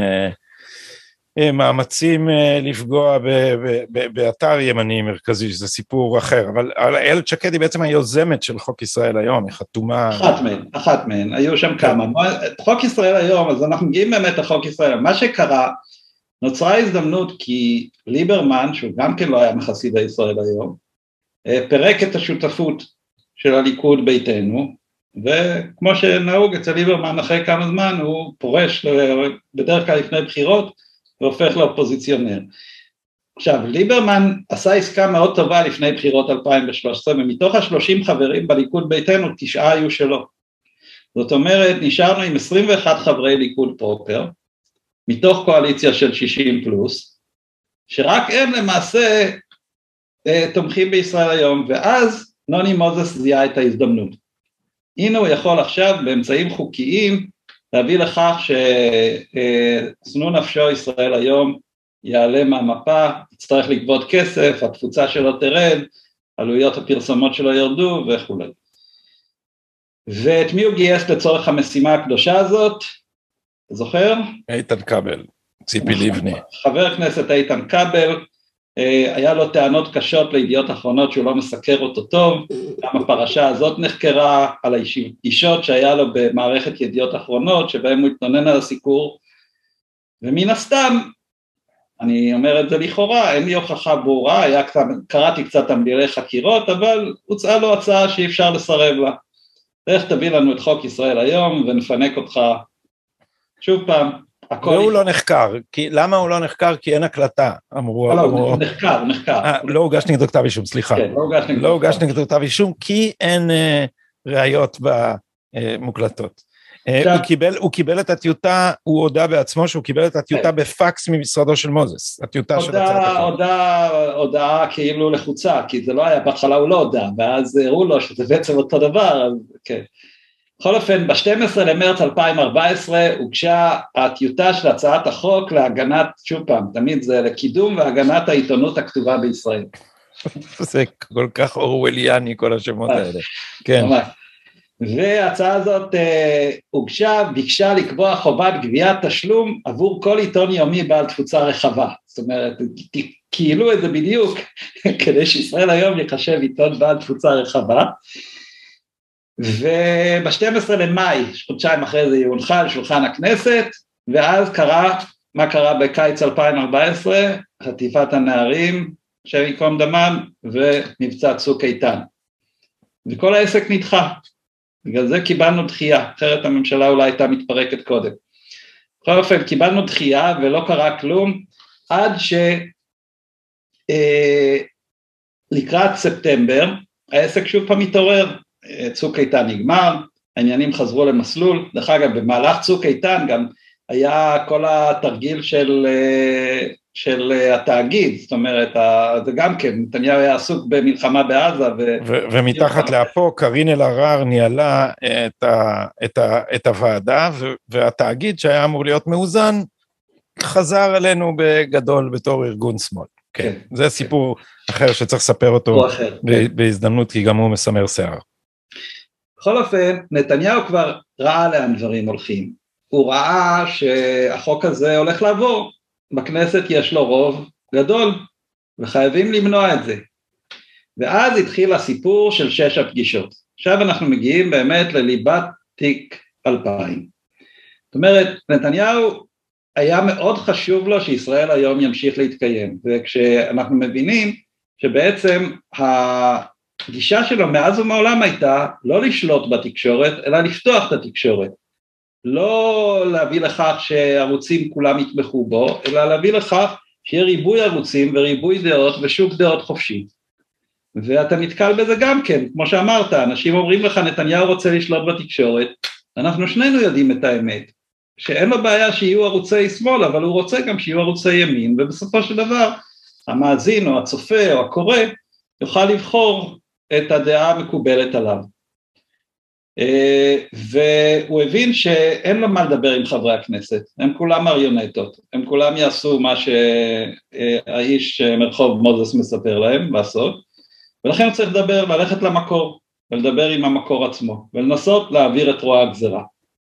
מאמצים לפגוע באתר ימני מרכזי, שזה סיפור אחר, אבל איילת שקד היא בעצם היוזמת של חוק ישראל היום, היא חתומה... אחת מהן, אחת מהן, היו שם כמה. חוק ישראל היום, אז אנחנו מגיעים באמת לחוק ישראל, מה שקרה, נוצרה הזדמנות כי ליברמן, שהוא גם כן לא היה מחסידי ישראל היום, פירק את השותפות של הליכוד ביתנו, וכמו שנהוג אצל ליברמן אחרי כמה זמן, הוא פורש בדרך כלל לפני בחירות, והופך לאופוזיציונר. עכשיו, ליברמן עשה עסקה מאוד טובה לפני בחירות אלפיים ושלוש עשרה, ומתוך ה-שלושים חברים בליכוד ביתנו, תשעה היו שלו. זאת אומרת, נשארנו עם עשרים ואחד חברי ליכוד פרופר, מתוך קואליציה של שישים פלוס, שרק הם למעשה אה, תומכים בישראל היום, ואז נוני מוזס זיהה את ההזדמנות. הנה הוא יכול עכשיו באמצעים חוקיים, להביא לכך ששנוא נפשו ישראל היום יעלה מהמפה, יצטרך לגבות כסף, התפוצה שלו תרד, עלויות הפרסומות שלו ירדו וכו'. ואת מי הוא גייס לצורך המשימה הקדושה הזאת? זוכר? איתן כבל, ציפי לבני. חבר הכנסת איתן כבל, היה לו טענות קשות לידיעות אחרונות שהוא לא מסקר אותו טוב, גם הפרשה הזאת נחקרה על האישות שהיה לו במערכת ידיעות אחרונות, שבהם הוא התלונן על הסיקור, ומן הסתם, אני אומר את זה לכאורה, אין לי הוכחה ברורה, היה קצת, קראתי קצת תמלילי חקירות, אבל הוצאה לו הצעה שאי אפשר לסרב לה. איך תביא לנו את חוק ישראל היום, ונפנק אותך שוב פעם, והוא לא נחקר, למה הוא לא נחקר? כי אין הקלטה, אמרו. לא, הוא נחקר, הוא נחקר. לא הוגש נגדו כתב אישום, סליחה. לא הוגש נגדו כתב אישום, כי אין ראיות במוקלטות. הוא קיבל את הטיוטה, הוא הודע בעצמו שהוא קיבל את הטיוטה בפקס ממשרדו של מוזס, הטיוטה של הצעת החוק. הודעה כאילו לחוצה, כי זה לא היה, בהתחלה הוא לא הודע, ואז הראו לו שזה בעצם אותו דבר, אז כן. בכל אופן, ב-שנים עשר למרץ אלפיים וארבע עשרה הוגשה הטיוטה של הצעת החוק להגנת, שוב פעם, תמיד זה לקידום והגנת העיתונות הכתובה בישראל. זה כל כך אורווליאני, כל השמות האלה. כן. וההצעה הזאת הוגשה, ביקשה לקבוע חובת גביית תשלום עבור כל עיתון יומי בעל תפוצה רחבה. זאת אומרת, כאילו את זה בדיוק, כדי שישראל היום יחשב עיתון בעל תפוצה רחבה. וב-שנים עשר למאי, חודשיים אחרי זה היא הונחה על שולחן הכנסת, ואז קרה, מה קרה בקיץ אלפיים וארבע עשרה? חטיפת הנערים, שם יקום דמם, ומבצע צוק איתן. וכל העסק נדחה, בגלל זה קיבלנו דחייה, אחרת הממשלה אולי הייתה מתפרקת קודם. בכל אופן, קיבלנו דחייה ולא קרה כלום, עד שלקראת ספטמבר, העסק שוב פעם מתעורר, צוק איתן נגמר, העניינים חזרו למסלול, דרך אגב במהלך צוק איתן גם היה כל התרגיל של, של התאגיד, זאת אומרת, זה גם כן, נתניהו היה עסוק במלחמה בעזה. ו... ו- ומתחת לאפו, קרין אלהרר ניהלה את, ה- את, ה- את הוועדה, ו- והתאגיד שהיה אמור להיות מאוזן, חזר אלינו בגדול בתור ארגון שמאל. כן, כן. זה סיפור כן. אחר שצריך לספר אותו אחר, ב- כן. בהזדמנות, כי גם הוא מסמר שיער. בכל אופן, נתניהו כבר ראה לאן דברים הולכים. הוא ראה שהחוק הזה הולך לעבור. בכנסת יש לו רוב גדול, וחייבים למנוע את זה. ואז התחיל הסיפור של שש הפגישות. עכשיו אנחנו מגיעים באמת לליבת תיק אלפיים. זאת אומרת, נתניהו היה מאוד חשוב לו שישראל היום ימשיך להתקיים, וכשאנחנו מבינים שבעצם הגישה שלו מאז ומעולם הייתה לא לשלוט בתקשורת, אלא לפתוח את התקשורת. לא להביא לכך שערוצים כולם יתמכו בו, אלא להביא לכך שיהיה ריבוי ערוצים וריבוי דעות ושוק דעות חופשי. ואתה נתקל בזה גם כן, כמו שאמרת, אנשים אומרים לך, נתניהו רוצה לשלוט בתקשורת, אנחנו שנינו יודעים את האמת, שאין לו בעיה שיהיו ערוצי שמאל, אבל הוא רוצה גם שיהיו ערוצי ימין, ובסופו של דבר, המאזין או הצופה או הקורא יוכל לבחור את הדעה המקובלת עליו. והוא הבין שאין לו מה לדבר עם חברי הכנסת, הם כולם מריונטות, הם כולם יעשו מה שהאיש מרחוב מוזס מספר להם לעשות, ולכן הוא צריך לדבר, ללכת למקור, ולדבר עם המקור עצמו, ולנסות להעביר את רוע הגזרה.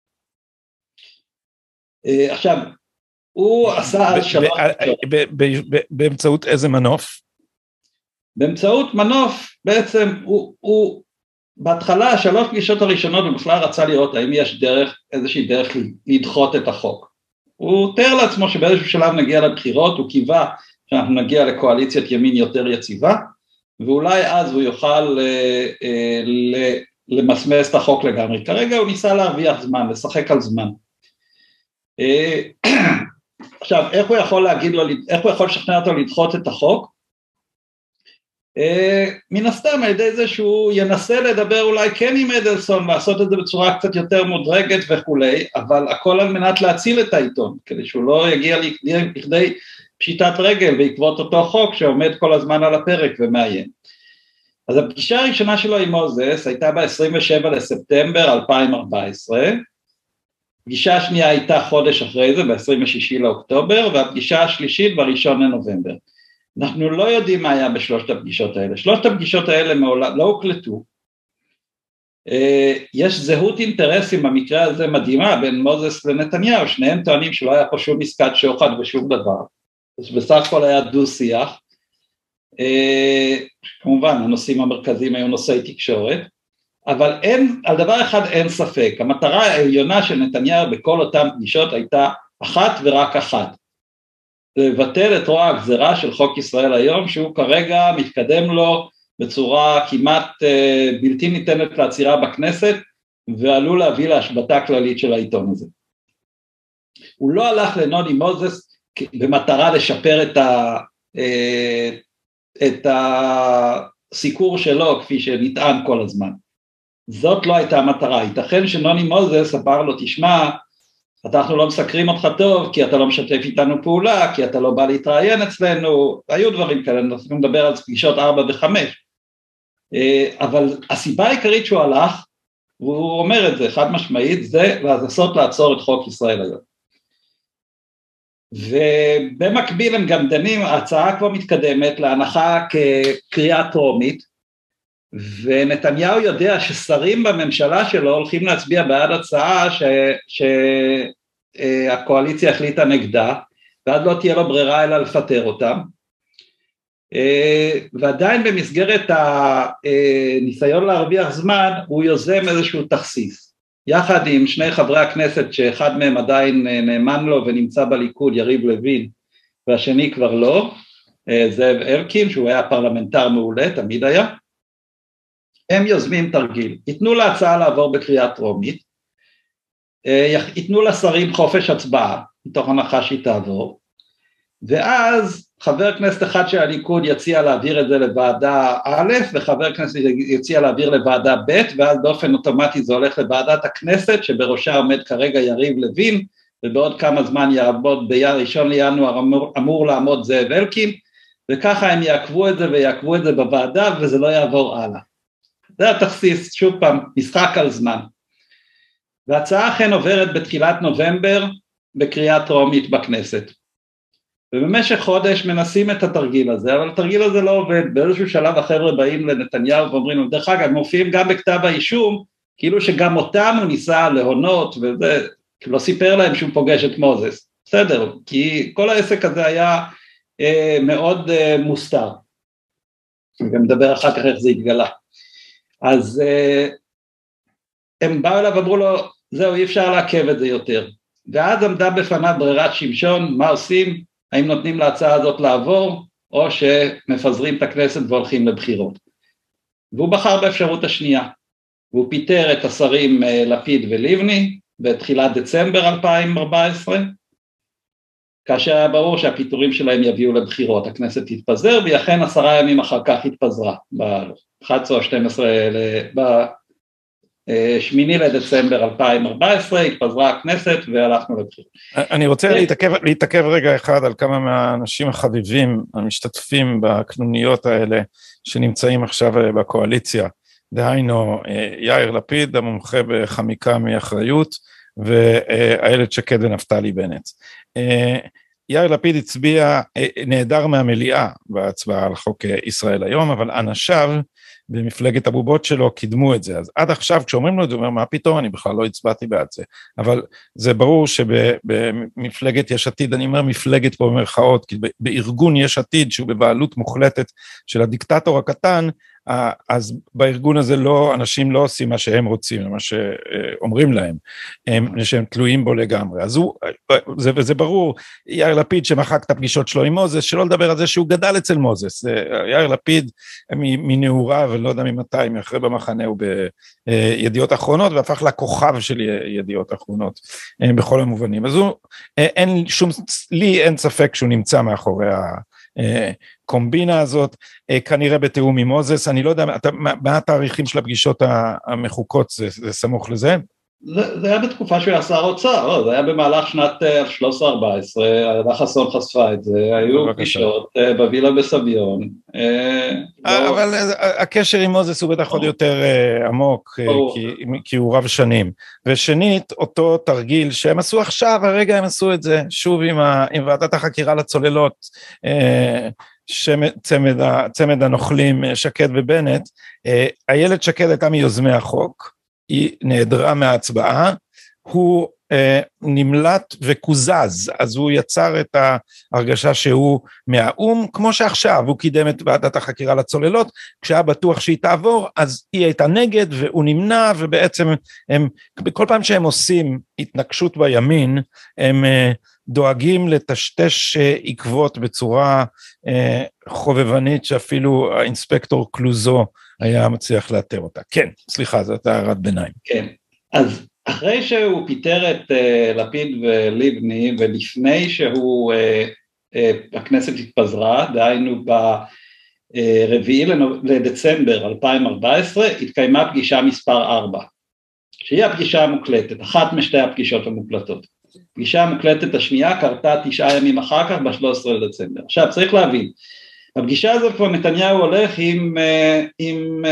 עכשיו, הוא עשה על שלוש... באמצעות איזה מנוף? באמצעות מנוף, בעצם הוא, הוא בהתחלה, שלוש פגישות הראשונות, הוא בכלל רצה לראות האם יש דרך, איזושהי דרך לדחות את החוק. הוא תאר לעצמו שבאיזשהו שלב נגיע לבחירות, הוא קיווה שאנחנו נגיע לקואליציית ימין יותר יציבה, ואולי אז הוא יוכל אה, אה, למסמס את החוק לגמרי. כרגע הוא ניסה להרוויח זמן, לשחק על זמן. אה, עכשיו, איך הוא יכול להגיד לו, איך הוא יכול לשכנע אותו לדחות את החוק? Uh, מן הסתם על ידי זה שהוא ינסה לדבר אולי כן עם אדלסון, לעשות את זה בצורה קצת יותר מודרגת וכולי, אבל הכל על מנת להציל את העיתון, כדי שהוא לא יגיע לכדי פשיטת רגל בעקבות אותו חוק שעומד כל הזמן על הפרק ומאיים. אז הפגישה הראשונה שלו עם מוזס הייתה ב-עשרים ושבעה לספטמבר אלפיים וארבע עשרה, הפגישה השנייה הייתה חודש אחרי זה ב-עשרים ושישה לאוקטובר, והפגישה השלישית ב-ראשון לנובמבר. אנחנו לא יודעים מה היה בשלושת הפגישות האלה, שלושת הפגישות האלה מעולם לא הוקלטו, יש זהות אינטרסים במקרה הזה מדהימה בין מוזס לנתניהו, שניהם טוענים שלא היה פה שום עסקת שוחד ושום דבר, אז בסך הכל היה דו שיח, כמובן הנושאים המרכזיים היו נושאי תקשורת, אבל אין, על דבר אחד אין ספק, המטרה העליונה של נתניהו בכל אותם פגישות הייתה אחת ורק אחת, לבטל את רוע הגזרה של חוק ישראל היום, שהוא כרגע מתקדם לו בצורה כמעט בלתי ניתנת לעצירה בכנסת, ועלול להביא להשבתה כללית של העיתון הזה. הוא לא הלך לנוני מוזס במטרה לשפר את, ה, את הסיקור שלו, כפי שנטען כל הזמן. זאת לא הייתה המטרה. ייתכן שנוני מוזס אמר לו, תשמע, אנחנו לא מסקרים אותך טוב, כי אתה לא משתף איתנו פעולה, כי אתה לא בא להתראיין אצלנו, היו דברים כאלה, אנחנו נדבר על פגישות ארבע וחמש, אבל הסיבה העיקרית שהוא הלך, והוא אומר את זה חד משמעית, זה לנסות לעצור את חוק ישראל היום. ובמקביל הם גם דנים, ההצעה כבר מתקדמת להנחה כקריאה טרומית, ונתניהו יודע ששרים בממשלה שלו הולכים להצביע בעד הצעה שהקואליציה החליטה נגדה, ועד לא תהיה לו ברירה אלא לפטר אותם, ועדיין במסגרת הניסיון להרוויח זמן, הוא יוזם איזשהו תכסיס, יחד עם שני חברי הכנסת שאחד מהם עדיין נאמן לו ונמצא בליכוד, יריב לוין, והשני כבר לא, זאב אלקין, שהוא היה פרלמנטר מעולה, תמיד היה, הם יוזמים תרגיל, ייתנו להצעה לעבור בקריאה טרומית, ייתנו לשרים חופש הצבעה, מתוך הנחה שהיא תעבור, ואז חבר כנסת אחד של הליכוד יציע להעביר את זה לוועדה א', וחבר כנסת יציע להעביר לוועדה ב', ואז באופן אוטומטי זה הולך לוועדת הכנסת, שבראשה עומד כרגע יריב לוין, ובעוד כמה זמן יעבוד בראשון לינואר אמור, אמור לעמוד זאב אלקין, וככה הם יעקבו את זה ויעקבו את זה בוועדה, וזה לא יעבור הלאה. זה התכסיס, שוב פעם, משחק על זמן. וההצעה אכן עוברת בתחילת נובמבר בקריאה טרומית בכנסת. ובמשך חודש מנסים את התרגיל הזה, אבל התרגיל הזה לא עובד. באיזשהו שלב החבר'ה באים לנתניהו ואומרים לו, דרך אגב, מופיעים גם בכתב האישום, כאילו שגם אותם הוא ניסה להונות, וזה, לא סיפר להם שהוא פוגש את מוזס. בסדר, כי כל העסק הזה היה אה, מאוד אה, מוסתר. וגם מדבר אחר כך איך זה התגלה. אז uh, הם באו אליו ואמרו לו, זהו, אי אפשר לעכב את זה יותר. ואז עמדה בפניו ברירת שמשון, מה עושים? האם נותנים להצעה הזאת לעבור, או שמפזרים את הכנסת והולכים לבחירות. והוא בחר באפשרות השנייה, והוא פיטר את השרים uh, לפיד ולבני, בתחילת דצמבר אלפיים וארבע עשרה, כאשר היה ברור שהפיטורים שלהם יביאו לבחירות, הכנסת תתפזר, והיא אכן עשרה ימים אחר כך התפזרה, ב-אחת עשרה או שתים עשרה שמיני לדצמבר אלפיים וארבע עשרה, התפזרה הכנסת והלכנו לבחירות. אני רוצה להתעכב, להתעכב רגע אחד על כמה מהאנשים החביבים, המשתתפים בקנוניות האלה, שנמצאים עכשיו בקואליציה, דהיינו יאיר לפיד, המומחה בחמיקה מאחריות, ואיילת שקד ונפתלי בנט. יאיר לפיד הצביע, נהדר מהמליאה בהצבעה על חוק ישראל היום, אבל אנשיו במפלגת הבובות שלו קידמו את זה. אז עד עכשיו כשאומרים לו את זה, הוא אומר, מה פתאום, אני בכלל לא הצבעתי בעד זה. אבל זה ברור שבמפלגת יש עתיד, אני אומר מפלגת פה במרכאות, כי בארגון יש עתיד, שהוא בבעלות מוחלטת של הדיקטטור הקטן, אז בארגון הזה לא, אנשים לא עושים מה שהם רוצים, מה שאומרים להם, הם, שהם תלויים בו לגמרי. אז הוא, זה, זה ברור, יאיר לפיד שמחק את הפגישות שלו עם מוזס, שלא לדבר על זה שהוא גדל אצל מוזס, יאיר לפיד מנעורה, ולא יודע ממתי, מאחרי במחנה הוא בידיעות אחרונות, והפך לכוכב של ידיעות אחרונות, בכל המובנים. אז הוא, אין שום, לי אין ספק שהוא נמצא מאחורי ה... קומבינה הזאת, כנראה בתיאום עם מוזס, אני לא יודע, מה התאריכים של הפגישות המחוקות, זה, זה סמוך לזה? זה, זה היה בתקופה שהוא היה שר אוצר, זה היה במהלך שנת שלוש עשרה ארבע עשרה, עדה חסון חשפה את זה, היו פגישות בווילה בסביון. אבל הקשר עם מוזס הוא בטח עוד יותר עמוק, כי, כי הוא רב שנים. ושנית, אותו תרגיל שהם עשו עכשיו, הרגע הם עשו את זה, שוב עם, ה, עם ועדת החקירה לצוללות, צמד, צמד הנוכלים שקד ובנט, איילת שקד הייתה מיוזמי החוק, היא נעדרה מההצבעה, הוא אה, נמלט וקוזז, אז הוא יצר את ההרגשה שהוא מהאום, כמו שעכשיו הוא קידם את ועדת החקירה לצוללות, כשהיה בטוח שהיא תעבור, אז היא הייתה נגד והוא נמנע, ובעצם הם, בכל פעם שהם עושים התנגשות בימין, הם אה, דואגים לטשטש עקבות בצורה אה, חובבנית, שאפילו האינספקטור קלוזו, היה מצליח לאתר אותה. כן, סליחה, זאת הערת ביניים. כן, אז אחרי שהוא פיטר את uh, לפיד ולבני, ולפני שהוא, uh, uh, הכנסת התפזרה, דהיינו ברביעי לדצמבר אלפיים וארבע עשרה, התקיימה פגישה מספר ארבע, שהיא הפגישה המוקלטת, אחת משתי הפגישות המוקלטות. פגישה המוקלטת השנייה קרתה תשעה ימים אחר כך, ב-שלושה עשר לדצמבר. עכשיו, צריך להבין, הפגישה הזאת כבר נתניהו הולך עם, עם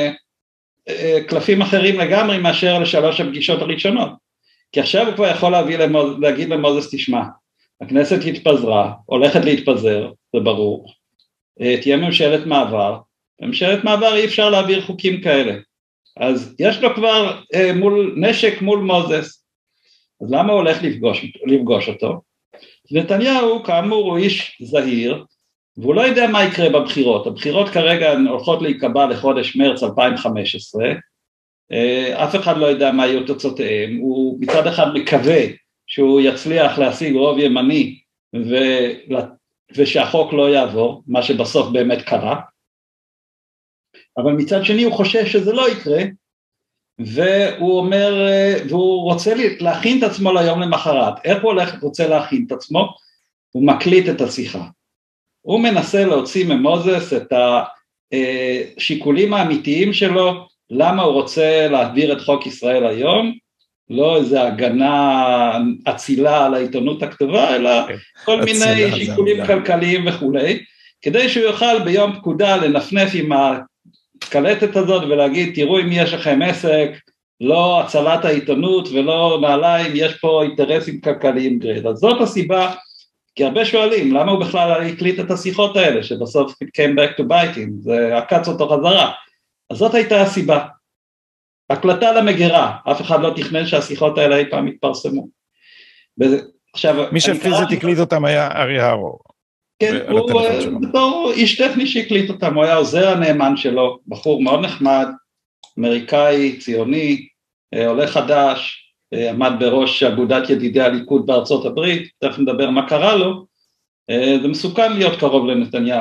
קלפים אחרים לגמרי מאשר לשלוש הפגישות הראשונות, כי עכשיו הוא כבר יכול להביא למוז, להגיד למוזס, תשמע, הכנסת התפזרה, הולכת להתפזר, זה ברור, תהיה ממשלת מעבר, ממשלת מעבר אי אפשר להעביר חוקים כאלה, אז יש לו כבר מול, נשק מול מוזס, אז למה הוא הולך לפגוש, לפגוש אותו? נתניהו כאמור הוא איש זהיר, והוא לא יודע מה יקרה בבחירות, הבחירות כרגע הולכות להיקבע לחודש מרץ אלפיים וחמש עשרה, אף אחד לא יודע מה יהיו תוצאותיהם, הוא מצד אחד מקווה שהוא יצליח להשיג רוב ימני, ו... ושהחוק לא יעבור, מה שבסוף באמת קרה, אבל מצד שני הוא חושש שזה לא יקרה, והוא אומר, והוא רוצה להכין את עצמו ליום למחרת, איך הוא הולך, רוצה להכין את עצמו? הוא מקליט את השיחה. הוא מנסה להוציא ממוזס את השיקולים האמיתיים שלו, למה הוא רוצה להעביר את חוק ישראל היום, לא איזו הגנה אצילה על העיתונות הכתובה, אלא כל מיני שיקולים כלכליים וכו', כדי שהוא יוכל ביום פקודה לנפנף עם הקלטת הזאת ולהגיד, תראו אם יש לכם עסק, לא הצלת העיתונות ולא נעליים, יש פה אינטרסים כלכליים גריד. אז זאת הסיבה, כי הרבה שואלים, למה הוא בכלל הקליט את השיחות האלה, שבסוף it came back to bite him, זה עקץ אותו חזרה. אז זאת הייתה הסיבה. הקלטה למגירה, אף אחד לא תכנן שהשיחות האלה אי פעם יתפרסמו. עכשיו, מי שפיזית הקליט אותם היה ארי הרור. כן, הוא בתור איש טכני שהקליט אותם, הוא היה עוזר הנאמן שלו, בחור מאוד נחמד, אמריקאי, ציוני, עולה חדש, עמד בראש אגודת ידידי הליכוד בארצות הברית, תכף נדבר מה קרה לו, זה מסוכן להיות קרוב לנתניהו.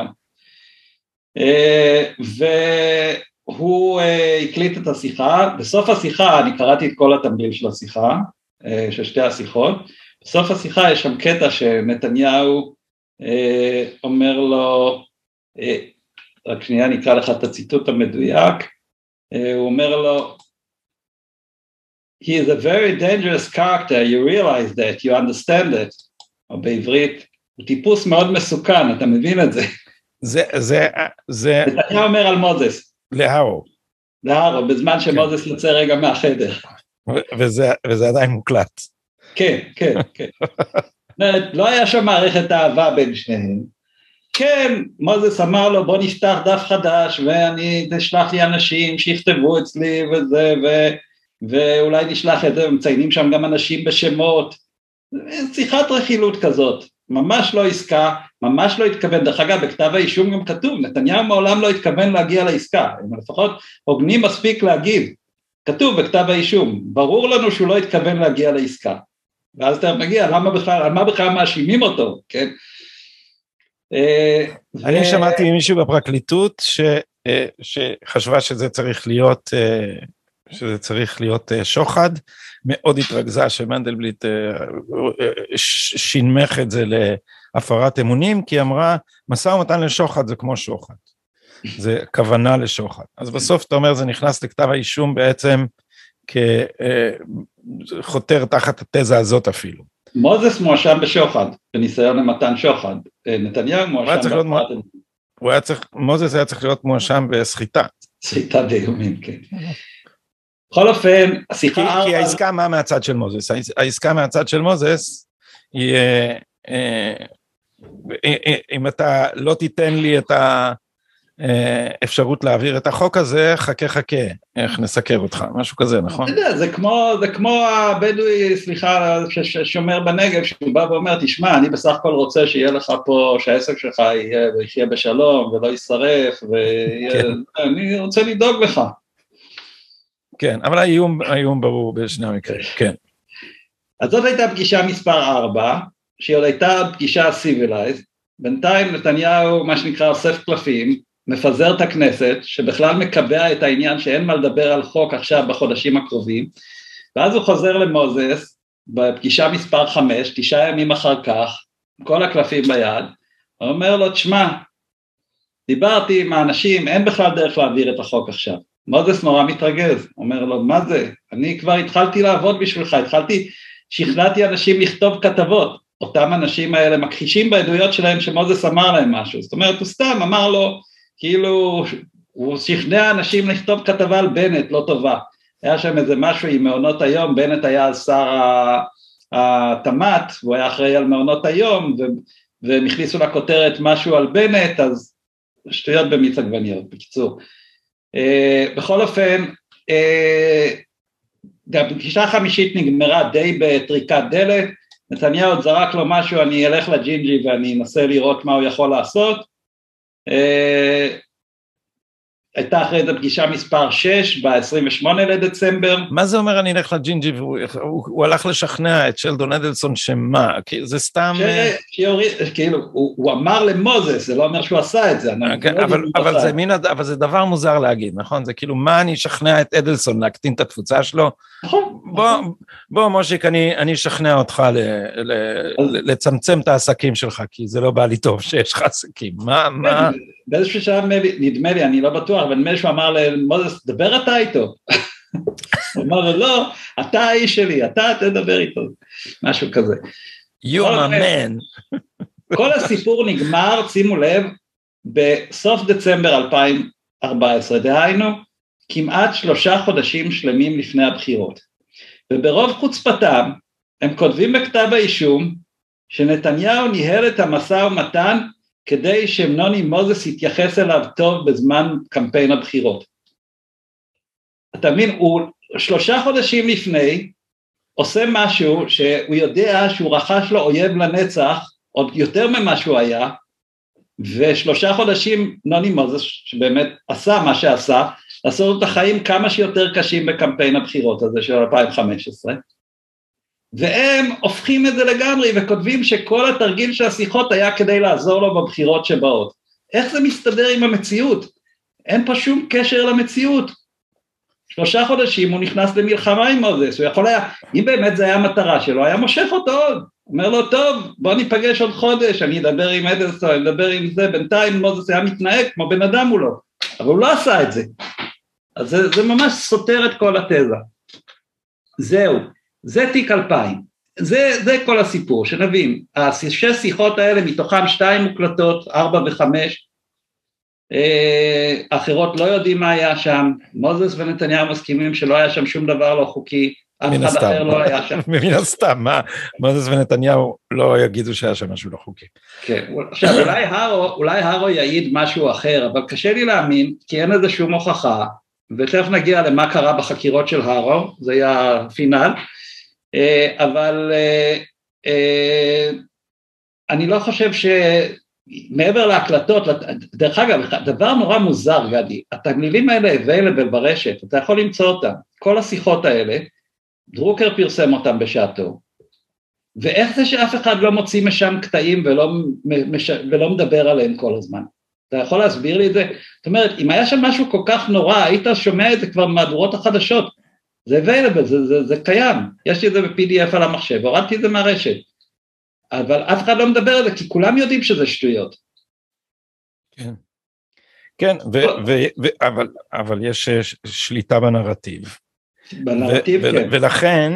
והוא הקליט את השיחה, בסוף השיחה, אני קראתי את כל התמליל של השיחה, של שתי השיחות, בסוף השיחה יש שם קטע שנתניהו אומר לו, רק שנייה נקרא לך את הציטוט המדויק, הוא אומר לו, he is a very dangerous character, you realize that, you understand it, או בעברית, הוא טיפוס מאוד מסוכן, אתה מבין את זה? זה, זה, זה... נתניהו אומר על מוזס. להרו. להרו, בזמן שמוזס כן. יוצא רגע מהחדר. וזה, וזה עדיין מוקלט. כן, כן, כן. לא היה שם מערכת אהבה בין שניהם. כן, מוזס אמר לו, בוא נפתח דף חדש, ואני תשלח לי אנשים שיכתבו אצלי וזה, ו... ואולי נשלח את זה, מציינים שם גם אנשים בשמות, שיחת רכילות כזאת, ממש לא עסקה, ממש לא התכוון, דרך אגב, בכתב האישום גם כתוב, נתניהו מעולם לא התכוון להגיע לעסקה, לפחות הוגנים מספיק להגיד, כתוב בכתב האישום, ברור לנו שהוא לא התכוון להגיע לעסקה, ואז אתה מגיע, למה בכלל, על מה בכלל מאשימים אותו, כן? אני שמעתי מישהו בפרקליטות שחשבה שזה צריך להיות, שזה צריך להיות שוחד, מאוד התרגזה שמנדלבליט שינמך את זה להפרת אמונים, כי אמרה, משא ומתן לשוחד זה כמו שוחד, זה כוונה לשוחד. אז בסוף אתה אומר, זה נכנס לכתב האישום בעצם כחותר תחת התזה הזאת אפילו. מוזס מואשם בשוחד, בניסיון למתן שוחד, נתניהו מואשם בהפרת אמונים. הוא היה צריך, מוזס היה צריך להיות מואשם בסחיטה. סחיטה באיומים, כן. בכל אופן, השיחה... כי, כי העסקה מה מהצד של מוזס? העסקה מהצד של מוזס, היא, אם אתה לא תיתן לי את האפשרות להעביר את החוק הזה, חכה חכה, איך נסקר אותך, משהו כזה, נכון? אתה יודע, זה כמו, זה כמו הבדואי, סליחה, ששומר בנגב, שהוא בא ואומר, תשמע, אני בסך הכל רוצה שיהיה לך פה, שהעסק שלך יהיה, ויחיה בשלום, ולא יישרף, ואני רוצה לדאוג לך. כן, אבל האיום, האיום ברור בשני המקרים, כן. אז זאת הייתה פגישה מספר ארבע, שהיא עוד הייתה פגישה סיבילייז, בינתיים נתניהו, מה שנקרא, אוסף קלפים, מפזר את הכנסת, שבכלל מקבע את העניין שאין מה לדבר על חוק עכשיו בחודשים הקרובים, ואז הוא חוזר למוזס, בפגישה מספר חמש, תשעה ימים אחר כך, כל הקלפים ביד, הוא אומר לו, תשמע, דיברתי עם האנשים, אין בכלל דרך להעביר את החוק עכשיו. מוזס נורא מתרגז, אומר לו, מה זה? אני כבר התחלתי לעבוד בשבילך, התחלתי, שכנעתי אנשים לכתוב כתבות, אותם אנשים האלה מכחישים בעדויות שלהם שמוזס אמר להם משהו, זאת אומרת, הוא סתם אמר לו, כאילו, הוא שכנע אנשים לכתוב כתבה על בנט, לא טובה, היה שם איזה משהו עם מעונות היום, בנט היה שר התמת, הוא היה אחראי על מעונות היום, והם הכניסו לכותרת משהו על בנט, אז שטויות במיץ עגבניות, בקיצור. Uh, בכל אופן, uh, הפגישה החמישית נגמרה די בטריקת דלת, נתניהו עוד זרק לו משהו, אני אלך לג'ינג'י ואני אנסה לראות מה הוא יכול לעשות, uh, הייתה אחרי זה פגישה מספר שש, ב-עשרים ושמונה לדצמבר. מה זה אומר אני אלך לג'ינג'י, והוא הוא, הוא הלך לשכנע את שלדון אדלסון שמה, זה סתם... ש... שיוריד, כאילו, הוא, הוא אמר למוזס, זה לא אומר שהוא עשה את זה. כן, אבל, אבל, זה מין, אבל זה דבר מוזר להגיד, נכון? זה כאילו, מה אני אשכנע את אדלסון להקטין את התפוצה שלו? נכון. בוא, בוא מושיק, אני, אני אשכנע אותך ל, ל, אז... לצמצם את העסקים שלך, כי זה לא בא לי טוב שיש לך עסקים. מה, מה... באיזשהו שעה נדמה לי, אני לא בטוח, אבל נדמה לי שהוא אמר למוזס, דבר אתה איתו. הוא אמר לו, לא, אתה האיש שלי, אתה תדבר איתו. משהו כזה. You are a man. כל הסיפור נגמר, שימו לב, בסוף דצמבר אלפיים וארבע עשרה, דהיינו, כמעט שלושה חודשים שלמים לפני הבחירות. וברוב חוצפתם, הם כותבים בכתב האישום, שנתניהו ניהל את המשא ומתן, כדי שמנוני מוזס יתייחס אליו טוב בזמן קמפיין הבחירות. אתה מבין, הוא שלושה חודשים לפני, עושה משהו שהוא יודע שהוא רכש לו אויב לנצח, עוד יותר ממה שהוא היה, ושלושה חודשים נוני מוזס, שבאמת עשה מה שעשה, לעשות את החיים כמה שיותר קשים בקמפיין הבחירות הזה של אלפיים וחמש עשרה, והם הופכים את זה לגמרי, וכותבים שכל התרגיל של השיחות היה כדי לעזור לו בבחירות שבאות. איך זה מסתדר עם המציאות? אין פה שום קשר למציאות. שלושה חודשים הוא נכנס למלחמה עם מוזס, הוא יכול היה, אם באמת זה היה המטרה שלו, היה מושך אותו עוד, אומר לו, טוב, בוא ניפגש עוד חודש, אני אדבר עם אדלסון, אני אדבר עם זה, בינתיים מוזס היה מתנהג כמו בן אדם הוא לא, אבל הוא לא עשה את זה. אז זה, זה ממש סותר את כל התזה. זהו, זה תיק אלפיים, זה, זה כל הסיפור, שנבין, השש שיחות האלה, מתוכם שתיים מוקלטות, ארבע וחמש, אחרות לא יודעים מה היה שם, מוזס ונתניהו מסכימים שלא היה שם שום דבר לא חוקי, אף אחד אחר לא היה שם. מן הסתם, מה, מוזס ונתניהו לא יגידו שהיה שם משהו לא חוקי. כן, עכשיו אולי הרו, אולי הרו יעיד משהו אחר, אבל קשה לי להאמין, כי אין לזה שום הוכחה, ותכף נגיע למה קרה בחקירות של הרו, זה היה הפינל, אבל אני לא חושב ש... מעבר להקלטות, דרך אגב, דבר נורא מוזר, גדי, התגלילים האלה available ברשת, אתה יכול למצוא אותם, כל השיחות האלה, דרוקר פרסם אותם בשעתו, ואיך זה שאף אחד לא מוציא משם קטעים ולא, מש, ולא מדבר עליהם כל הזמן? אתה יכול להסביר לי את זה? זאת אומרת, אם היה שם משהו כל כך נורא, היית שומע את זה כבר מהדורות החדשות, זה available, זה, זה, זה קיים, יש לי את זה ב-פי די אף על המחשב, הורדתי את זה מהרשת, אבל אף אחד לא מדבר על זה, כי כולם יודעים שזה שטויות. כן, כן, ו- ו- ו- אבל, אבל יש שליטה בנרטיב. בנרטיב, ו- כן. ו- ולכן,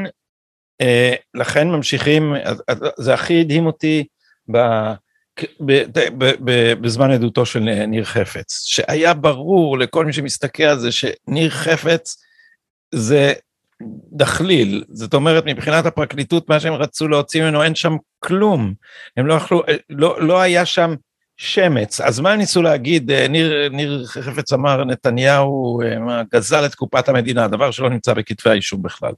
לכן ממשיכים, זה הכי הדהים אותי ב- ב- ב- ב- בזמן עדותו של ניר חפץ, שהיה ברור לכל מי שמסתכל על זה, שניר חפץ זה דחליל, זאת אומרת מבחינת הפרקליטות מה שהם רצו להוציא ממנו אין שם כלום, הם לא יכלו, לא, לא היה שם שמץ, אז מה ניסו להגיד, ניר, ניר חפץ אמר נתניהו גזל את קופת המדינה, דבר שלא נמצא בכתבי האישום בכלל,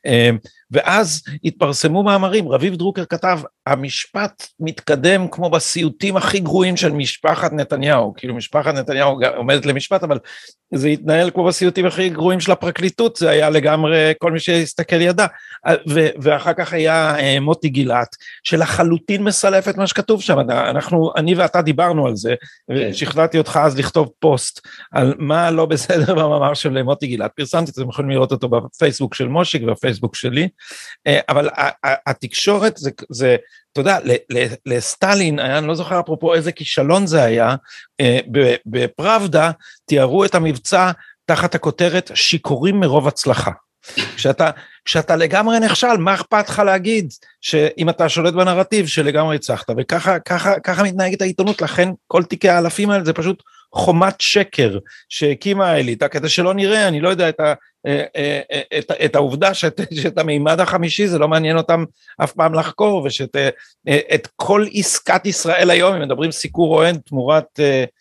ואז התפרסמו מאמרים, רביב דרוקר כתב, המשפט מתקדם כמו בסיוטים הכי גרועים של משפחת נתניהו, כאילו משפחת נתניהו עומדת למשפט, אבל זה התנהל כמו בסיוטים הכי גרועים של הפרקליטות, זה היה לגמרי כל מי שהסתכל ידע, ו- ואחר כך היה מוטי גילת, שלחלוטין מסלף את מה שכתוב שם, אנחנו, אני ואתה דיברנו על זה, שכנעתי אותך אז לכתוב פוסט, על מה לא בסדר במאמר של מוטי גילת, פרסמתי את זה, אתם יכולים לראות אותו בפייסבוק של מושיק, ובפייסבוק שלי, אבל התקשורת זה, זה אתה יודע, לסטלין, אני לא זוכר אפרופו איזה כישלון זה היה, בפראבדה תיארו את המבצע תחת הכותרת שיכורים מרוב הצלחה. כשאתה, כשאתה לגמרי נכשל, מה אכפת לך להגיד שאם אתה שולט בנרטיב שלגמרי הצלחת, וככה ככה, ככה מתנהגת העיתונות, לכן כל תיקי האלפים האלה זה פשוט חומת שקר שהקימה האליטה, כדי שלא נראה, אני לא יודע את ה... את, את העובדה שאת, שאת המימד החמישי זה לא מעניין אותם אף פעם לחקור, ושאת את כל עסקת ישראל היום, אם מדברים סיקור אוהד תמורת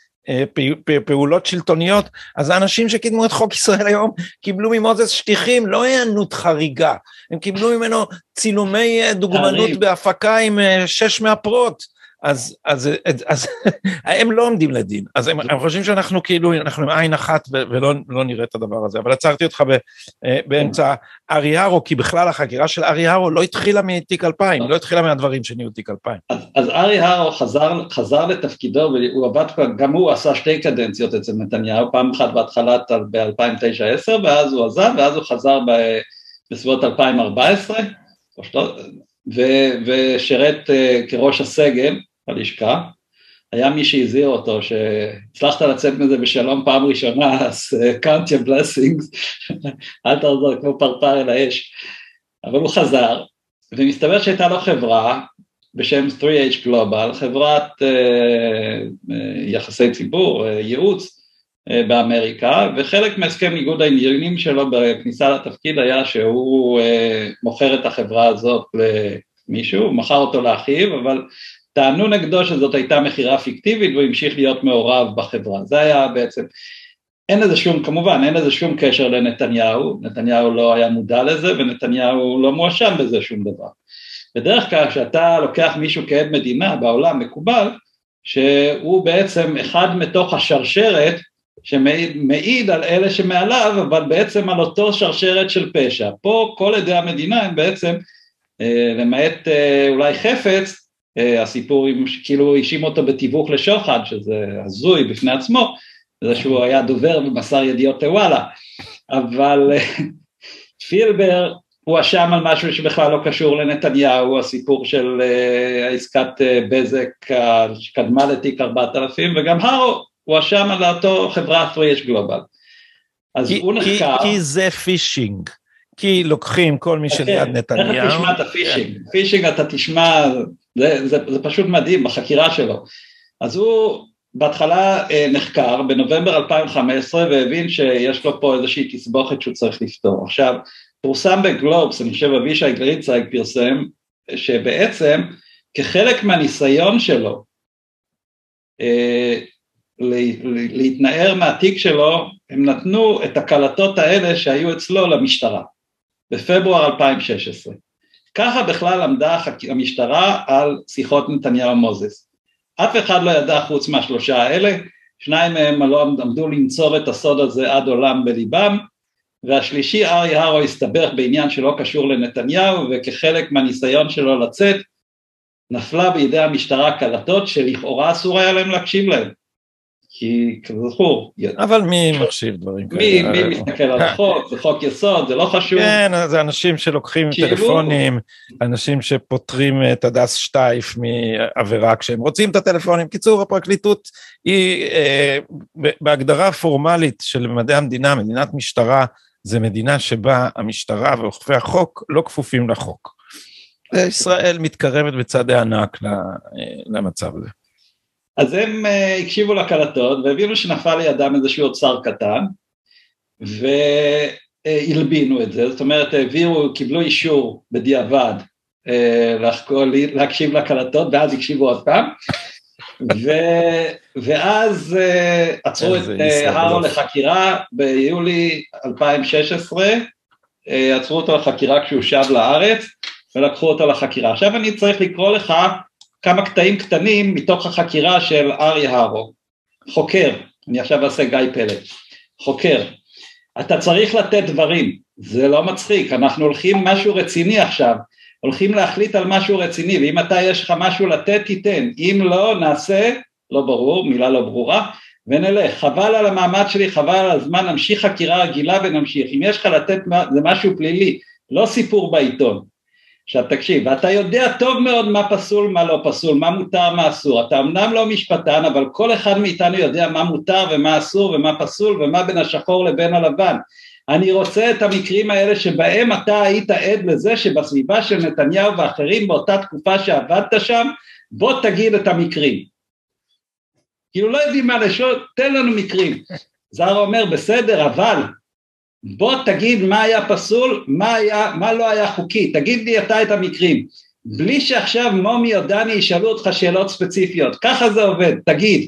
פעולות שלטוניות, אז האנשים שקידמו את חוק ישראל היום קיבלו ממוזס שטיחים, לא הענות חריגה, הם קיבלו ממנו צילומי דוגמנות בהפקה עם שש מהפרות, אז, אז, אז, אז הם לא עומדים לדין, אז הם, הם חושבים שאנחנו כאילו, אנחנו עם עין אחת ולא לא נראה את הדבר הזה, אבל עצרתי אותך ב, באמצע ארי הרו, כי בכלל החקירה של ארי הרו לא התחילה מתיק אלפיים, לא התחילה מהדברים שנהיו תיק אלפיים. אז, אז ארי הרו חזר, חזר לתפקידו, והוא עבד, גם הוא עשה שתי קדנציות אצל נתניהו, פעם אחת בהתחלה ב-אלפיים ותשע עשר, ואז הוא עזב, ואז הוא חזר ב, בסביבות אלפיים וארבע עשרה, ו, ושרת uh, כראש הסגל, הלשכה, היה מי שהזהיר אותו, שהצלחת לצאת מזה בשלום פעם ראשונה, אז uh, count your blessings, אל תחזור כמו פרפר אל האש, אבל הוא חזר, ומסתבר שהייתה לו חברה, בשם תרי אייץ' Global, חברת uh, uh, יחסי ציבור, uh, ייעוץ, uh, באמריקה, וחלק מהסכם איגוד העניינים שלו בכניסה לתפקיד היה שהוא uh, מוכר את החברה הזאת למישהו, הוא מכר אותו לאחיו, אבל טענו נגדו שזאת הייתה מחירה פיקטיבית, והוא המשיך להיות מעורב בחברה. זה היה בעצם, אין לזה שום, כמובן, אין לזה שום קשר לנתניהו, נתניהו לא היה מודע לזה, ונתניהו לא מואשם בזה שום דבר. בדרך כלל, כשאתה לוקח מישהו כעד מדינה בעולם מקובל, שהוא בעצם אחד מתוך השרשרת, שמעיד על אלה שמעליו, אבל בעצם על אותו שרשרת של פשע. פה כל עדי המדינה הם בעצם, למעט אולי חפץ, הסיפור עם, כאילו האשים אותו בתיווך לשוחד, שזה הזוי בפני עצמו, זה שהוא היה דובר ומסר ידיעות לוואלה, אבל פילבר הוא אשם על משהו שבכלל לא קשור לנתניהו, הסיפור של העסקת בזק שקדמה לתיק ארבעת אלפים, וגם הרו הוא אשם על אותו חברה תרי אייץ' Global. אז כי, הוא נחקר. כי, כי זה פישינג. כי לוקחים כל מי שליד נתניהו. איך תשמע את הפישינג? פישינג אתה תשמע, זה, זה, זה פשוט מדהים בחקירה שלו. אז הוא בהתחלה נחקר בנובמבר אלפיים וחמש עשרה והבין שיש לו פה איזושהי תסבוכת שהוא צריך לפתור. עכשיו, פורסם בגלובס, אני חושב אבישי גרינצייג פרסם, שבעצם כחלק מהניסיון שלו להתנער מהתיק שלו, הם נתנו את הקלטות האלה שהיו אצלו למשטרה, בפברואר אלפיים ושש עשרה. ככה בכלל עמדה המשטרה על שיחות נתניהו מוזס. אף אחד לא ידע חוץ מהשלושה האלה, שניים מהם לא עמדו לנצור את הסוד הזה עד עולם בליבם, והשלישי ארי הרו הסתבך בעניין שלא קשור לנתניהו, וכחלק מהניסיון שלו לצאת, נפלה בידי המשטרה קלטות שלכאורה אסור היה להם להקשיב להם. כי כזכור. אבל מי מחשיב דברים כאלה? מי, מי מסתכל על החוק, זה חוק יסוד, זה לא חשוב. כן, זה אנשים שלוקחים טלפונים, אנשים שפותרים את הדס שטייף מעבירה כשהם רוצים את הטלפונים. קיצור, הפרקליטות היא בהגדרה פורמלית של מדעי המדינה, מדינת משטרה, זה מדינה שבה המשטרה ואוכפי החוק לא כפופים לחוק. ישראל מתקרבת בצעדי ענק למצב הזה. אז הם uh, הקשיבו לקלטות, והבינו שנפל לידם איזשהו אוצר קטן, והלבינו את זה, זאת אומרת, העבירו, קיבלו אישור בדיעבד, uh, לחקור, להקשיב לקלטות, ואז הקשיבו עוד פעם, ו, ואז uh, עצרו את uh, הרו לחקירה, ביולי אלפיים ושש עשרה, uh, עצרו אותו לחקירה כשהוא שב לארץ, ולקחו אותו לחקירה. עכשיו אני צריך לקרוא לך, כמה קטעים קטנים מתוך החקירה של ארי הרו, חוקר, אני עכשיו אעשה גיא פלד, חוקר, אתה צריך לתת דברים, זה לא מצחיק, אנחנו הולכים משהו רציני עכשיו, הולכים להחליט על משהו רציני, ואם אתה יש לך משהו לתת, תיתן, אם לא, נעשה, לא ברור, מילה לא ברורה, ונלך, חבל על המעמד שלי, חבל על הזמן, נמשיך חקירה רגילה ונמשיך, אם יש לך לתת, זה משהו פלילי, לא סיפור בעיתון, עכשיו תקשיב, ואתה יודע טוב מאוד מה פסול, מה לא פסול, מה מותר, מה אסור, אתה אמנם לא משפטן, אבל כל אחד מאיתנו יודע מה מותר ומה אסור ומה פסול ומה בין השחור לבין הלבן. אני רוצה את המקרים האלה שבהם אתה היית עד לזה שבסביבה של נתניהו ואחרים באותה תקופה שעבדת שם, בוא תגיד את המקרים. כאילו לא יודעים מה לשאול, תן לנו מקרים. זר אומר בסדר, אבל בוא תגיד מה היה פסול, מה, היה, מה לא היה חוקי, תגיד לי אתה את המקרים, בלי שעכשיו מומי או דני ישאלו אותך שאלות ספציפיות, ככה זה עובד, תגיד.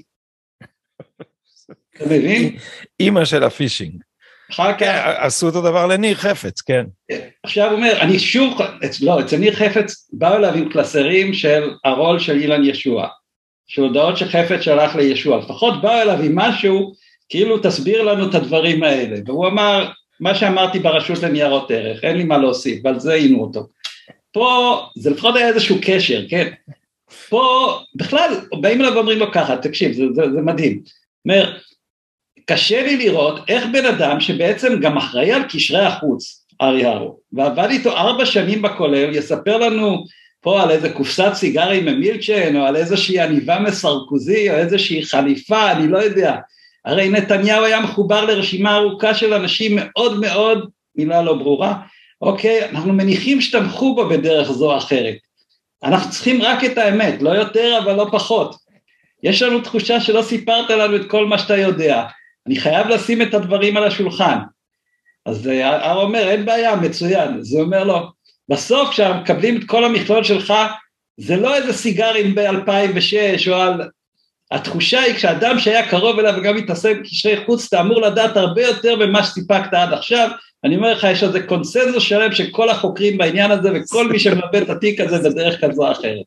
אתה מבין? אמא של הפישינג. אחר כך. עשו אותו דבר לניר חפץ, כן. עכשיו הוא אומר, אני שוב, לא, אצל ניר חפץ באו אליו עם קלסרים של הרול של אילן ישוע, של הודעות שחפץ שלח לישוע, לפחות באו אליו עם משהו, כאילו תסביר לנו את הדברים האלה, והוא אמר, מה שאמרתי ברשות לניירות ערך, אין לי מה להוסיף, ועל זה עינו אותו. פה, זה לפחות היה איזשהו קשר, כן? פה, בכלל, באים אליו ואומרים לו ככה, תקשיב, זה, זה, זה מדהים. אומר, קשה לי לראות איך בן אדם שבעצם גם אחראי על קשרי החוץ, ארי הרו, ועבד איתו ארבע שנים בכולל, יספר לנו פה על איזה קופסת סיגרים ממילצ'ן, או על איזושהי עניבה מסרקוזי, או איזושהי חליפה, אני לא יודע, הרי נתניהו היה מחובר לרשימה ארוכה של אנשים מאוד מאוד, מילה לא ברורה, אוקיי, אנחנו מניחים שתמכו בו בדרך זו או אחרת, אנחנו צריכים רק את האמת, לא יותר אבל לא פחות, יש לנו תחושה שלא סיפרת לנו את כל מה שאתה יודע, אני חייב לשים את הדברים על השולחן, אז הר אומר אין בעיה, מצוין, זה אומר לו, בסוף כשמקבלים את כל המכלול שלך, זה לא איזה סיגרים ב-אלפיים ושש או על... התחושה היא כשאדם שהיה קרוב אליו וגם מתעסק בקשרי חוץ, אתה אמור לדעת הרבה יותר ממה שסיפקת עד עכשיו, אני אומר לך, יש איזה קונסנזוס שלם שכל החוקרים בעניין הזה, וכל מי שמלבד את התיק הזה בדרך כזו אחרת.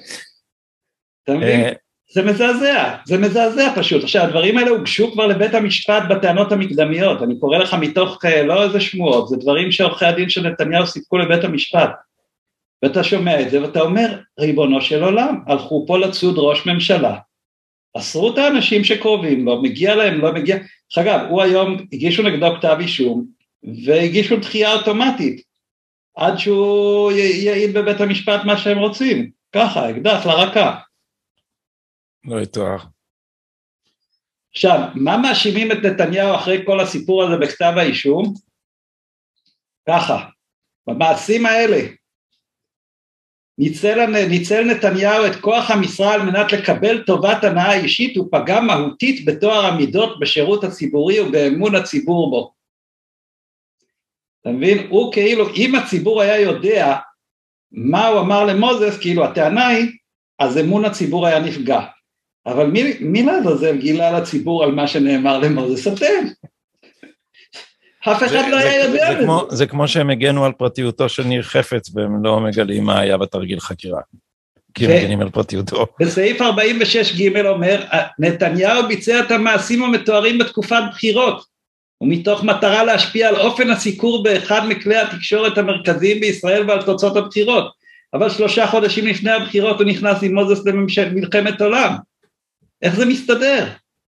אתה מבין? זה מזעזע, זה מזעזע פשוט. עכשיו, הדברים האלה הוגשו כבר לבית המשפט בטענות המקדמיות, אני קורא לך מתוך לא איזה שמועות, זה דברים שעורכי הדין של נתניהו סיפקו לבית המשפט, ואתה שומע את זה ואתה אומר, ריבונו של עולם, הלכו פה לצוד ראש ממשלה, אסרו את האנשים שקרובים לו, מגיע להם, לא מגיע, אגב, הוא היום הגישו נגדו כתב אישום, והגישו דחייה אוטומטית, עד שהוא יעיד בבית המשפט מה שהם רוצים, ככה, אקדח לרקה. לא יתואר. עכשיו, מה מאשימים את נתניהו אחרי כל הסיפור הזה בכתב האישום? ככה, במעשים האלה, ניצל, ניצל נתניהו את כוח המשרה על מנת לקבל טובת הנאה אישית, הוא פגע מהותית בתואר המידות בשירות הציבורי ובאמון הציבור בו. אתה מבין? הוא כאילו, אם הציבור היה יודע מה הוא אמר למוזס, כאילו הטענה היא, אז אמון הציבור היה נפגע. אבל מי, מי לעזאזל גילה לציבור על מה שנאמר למוזס? אתם. אף אחד לא היה יודע לזה. זה כמו שהם הגנו על פרטיותו של ניר חפץ, והם לא מגלים מה היה בתרגיל חקירה. כי הם מגנים על פרטיותו. בסעיף ארבעים ושש ג' אומר, נתניהו ביצע את המעשים המתוארים בתקופת בחירות, ומתוך מטרה להשפיע על אופן הסיקור באחד מכלי התקשורת המרכזיים בישראל ועל תוצאות הבחירות. אבל שלושה חודשים לפני הבחירות הוא נכנס עם מוזס למלחמת עולם. איך זה מסתדר?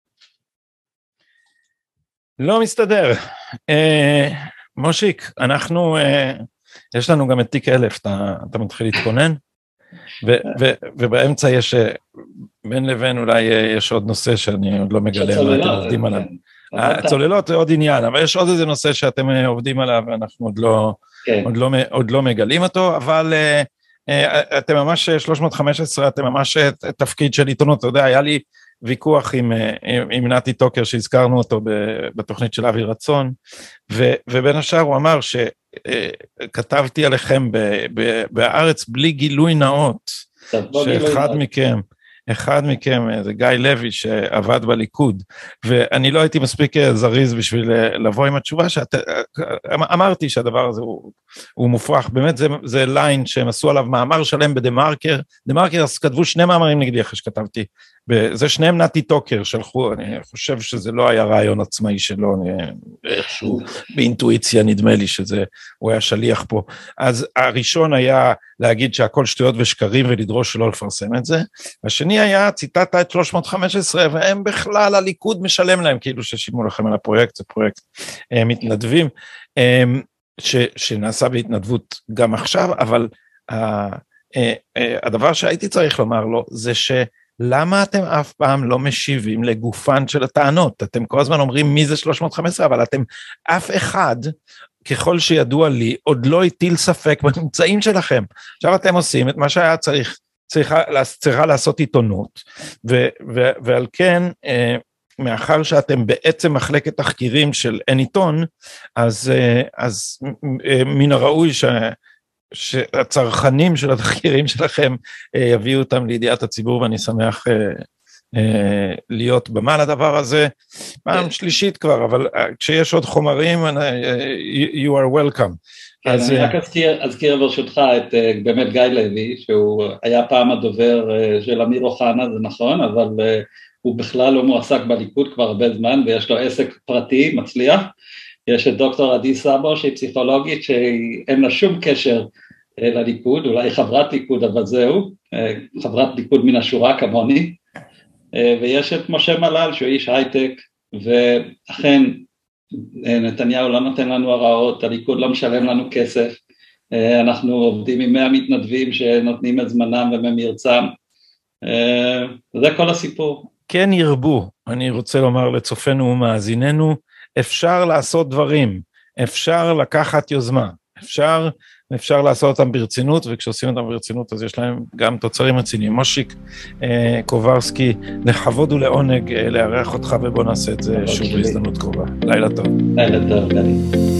לא מסתדר. אה, מושיק, אנחנו, אה, יש לנו גם את תיק אלף, אתה, אתה מתחיל להתכונן, ו, ו, ובאמצע יש, בין לבין אולי יש עוד נושא שאני עוד לא מגלה מה אתם עובדים עליו. הצוללות זה עוד עניין, אבל יש עוד איזה נושא שאתם עובדים עליו, ואנחנו עוד לא, עוד לא, עוד לא מגלים אותו, אבל אתם ממש שלוש מאות וחמש עשרה, אתם ממש תפקיד של עיתונות, אתה יודע, היה לי ויכוח עם, עם, עם נתי טוקר, שהזכרנו אותו בתוכנית של אבי רצון, ו, ובין השאר הוא אמר שכתבתי עליכם בארץ בלי גילוי נאות, שאחד מכם, אחד מכם, זה גיא לוי שעבד בליכוד, ואני לא הייתי מספיק זריז בשביל לבוא עם התשובה, שאמרתי שהדבר הזה הוא, הוא מופרך, באמת זה, זה ליין שהם עשו עליו מאמר שלם בדמרקר, דמרקר אז כתבו שני מאמרים נגדי אחרי שכתבתי, זה שניהם נתי טוקר שלחו, אני חושב שזה לא היה רעיון עצמאי שלו, איכשהו באינטואיציה נדמה לי שזה, הוא היה שליח פה, אז הראשון היה להגיד שהכל שטויות ושקרים ולדרוש שלא לפרסם את זה, השני היה ציטטת את שלוש מאות וחמש עשרה והם בכלל הליכוד משלם להם כאילו ששילמו לכם על הפרויקט, זה פרויקט מתנדבים, ש, שנעשה בהתנדבות גם עכשיו, אבל הדבר שהייתי צריך לומר לו זה ש למה אתם אף פעם לא משיבים לגופן של הטענות? אתם כל הזמן אומרים מי זה שלוש מאות וחמש עשרה, אבל אתם אף אחד, ככל שידוע לי, עוד לא הטיל ספק בממצאים שלכם. עכשיו אתם עושים את מה שהיה צריך, צריכה, צריכה לעשות עיתונות, ו, ו, ועל כן, מאחר שאתם בעצם מחלקת תחקירים של אין עיתון, אז, אז מן הראוי ש... שהצרכנים של התחקירים שלכם יביאו אותם לידיעת הציבור, ואני שמח להיות במה לדבר הזה, פעם שלישית כבר, אבל כשיש עוד חומרים, you are welcome. אני רק אזכיר ברשותך את באמת גיא לוי, שהוא היה פעם הדובר של אמיר אוחנה, זה נכון, אבל הוא בכלל לא מועסק בליכוד כבר הרבה זמן, ויש לו עסק פרטי מצליח, יש את דוקטור עדי סבו, שהיא פסיכולוגית, שאין לה שום קשר לליכוד, אולי חברת ליכוד, אבל זהו, חברת ליכוד מן השורה כמוני, ויש את משה מלל, שהוא איש הייטק, ואכן נתניהו לא נותן לנו הרעות, הליכוד לא משלם לנו כסף, אנחנו עובדים עם מאה מתנדבים שנותנים את זמנם וממרצם, זה כל הסיפור. כן ירבו, אני רוצה לומר לצופנו ומאזיננו, אפשר לעשות דברים, אפשר לקחת יוזמה, אפשר, אפשר לעשות אותם ברצינות, וכשעושים אותם ברצינות אז יש להם גם תוצרים רציניים. מושיק אה, קוברסקי, לכבוד ולעונג אה, לארח אותך, ובוא נעשה את זה שוב בהזדמנות קרובה. לילה טוב. לילה טוב, גלי.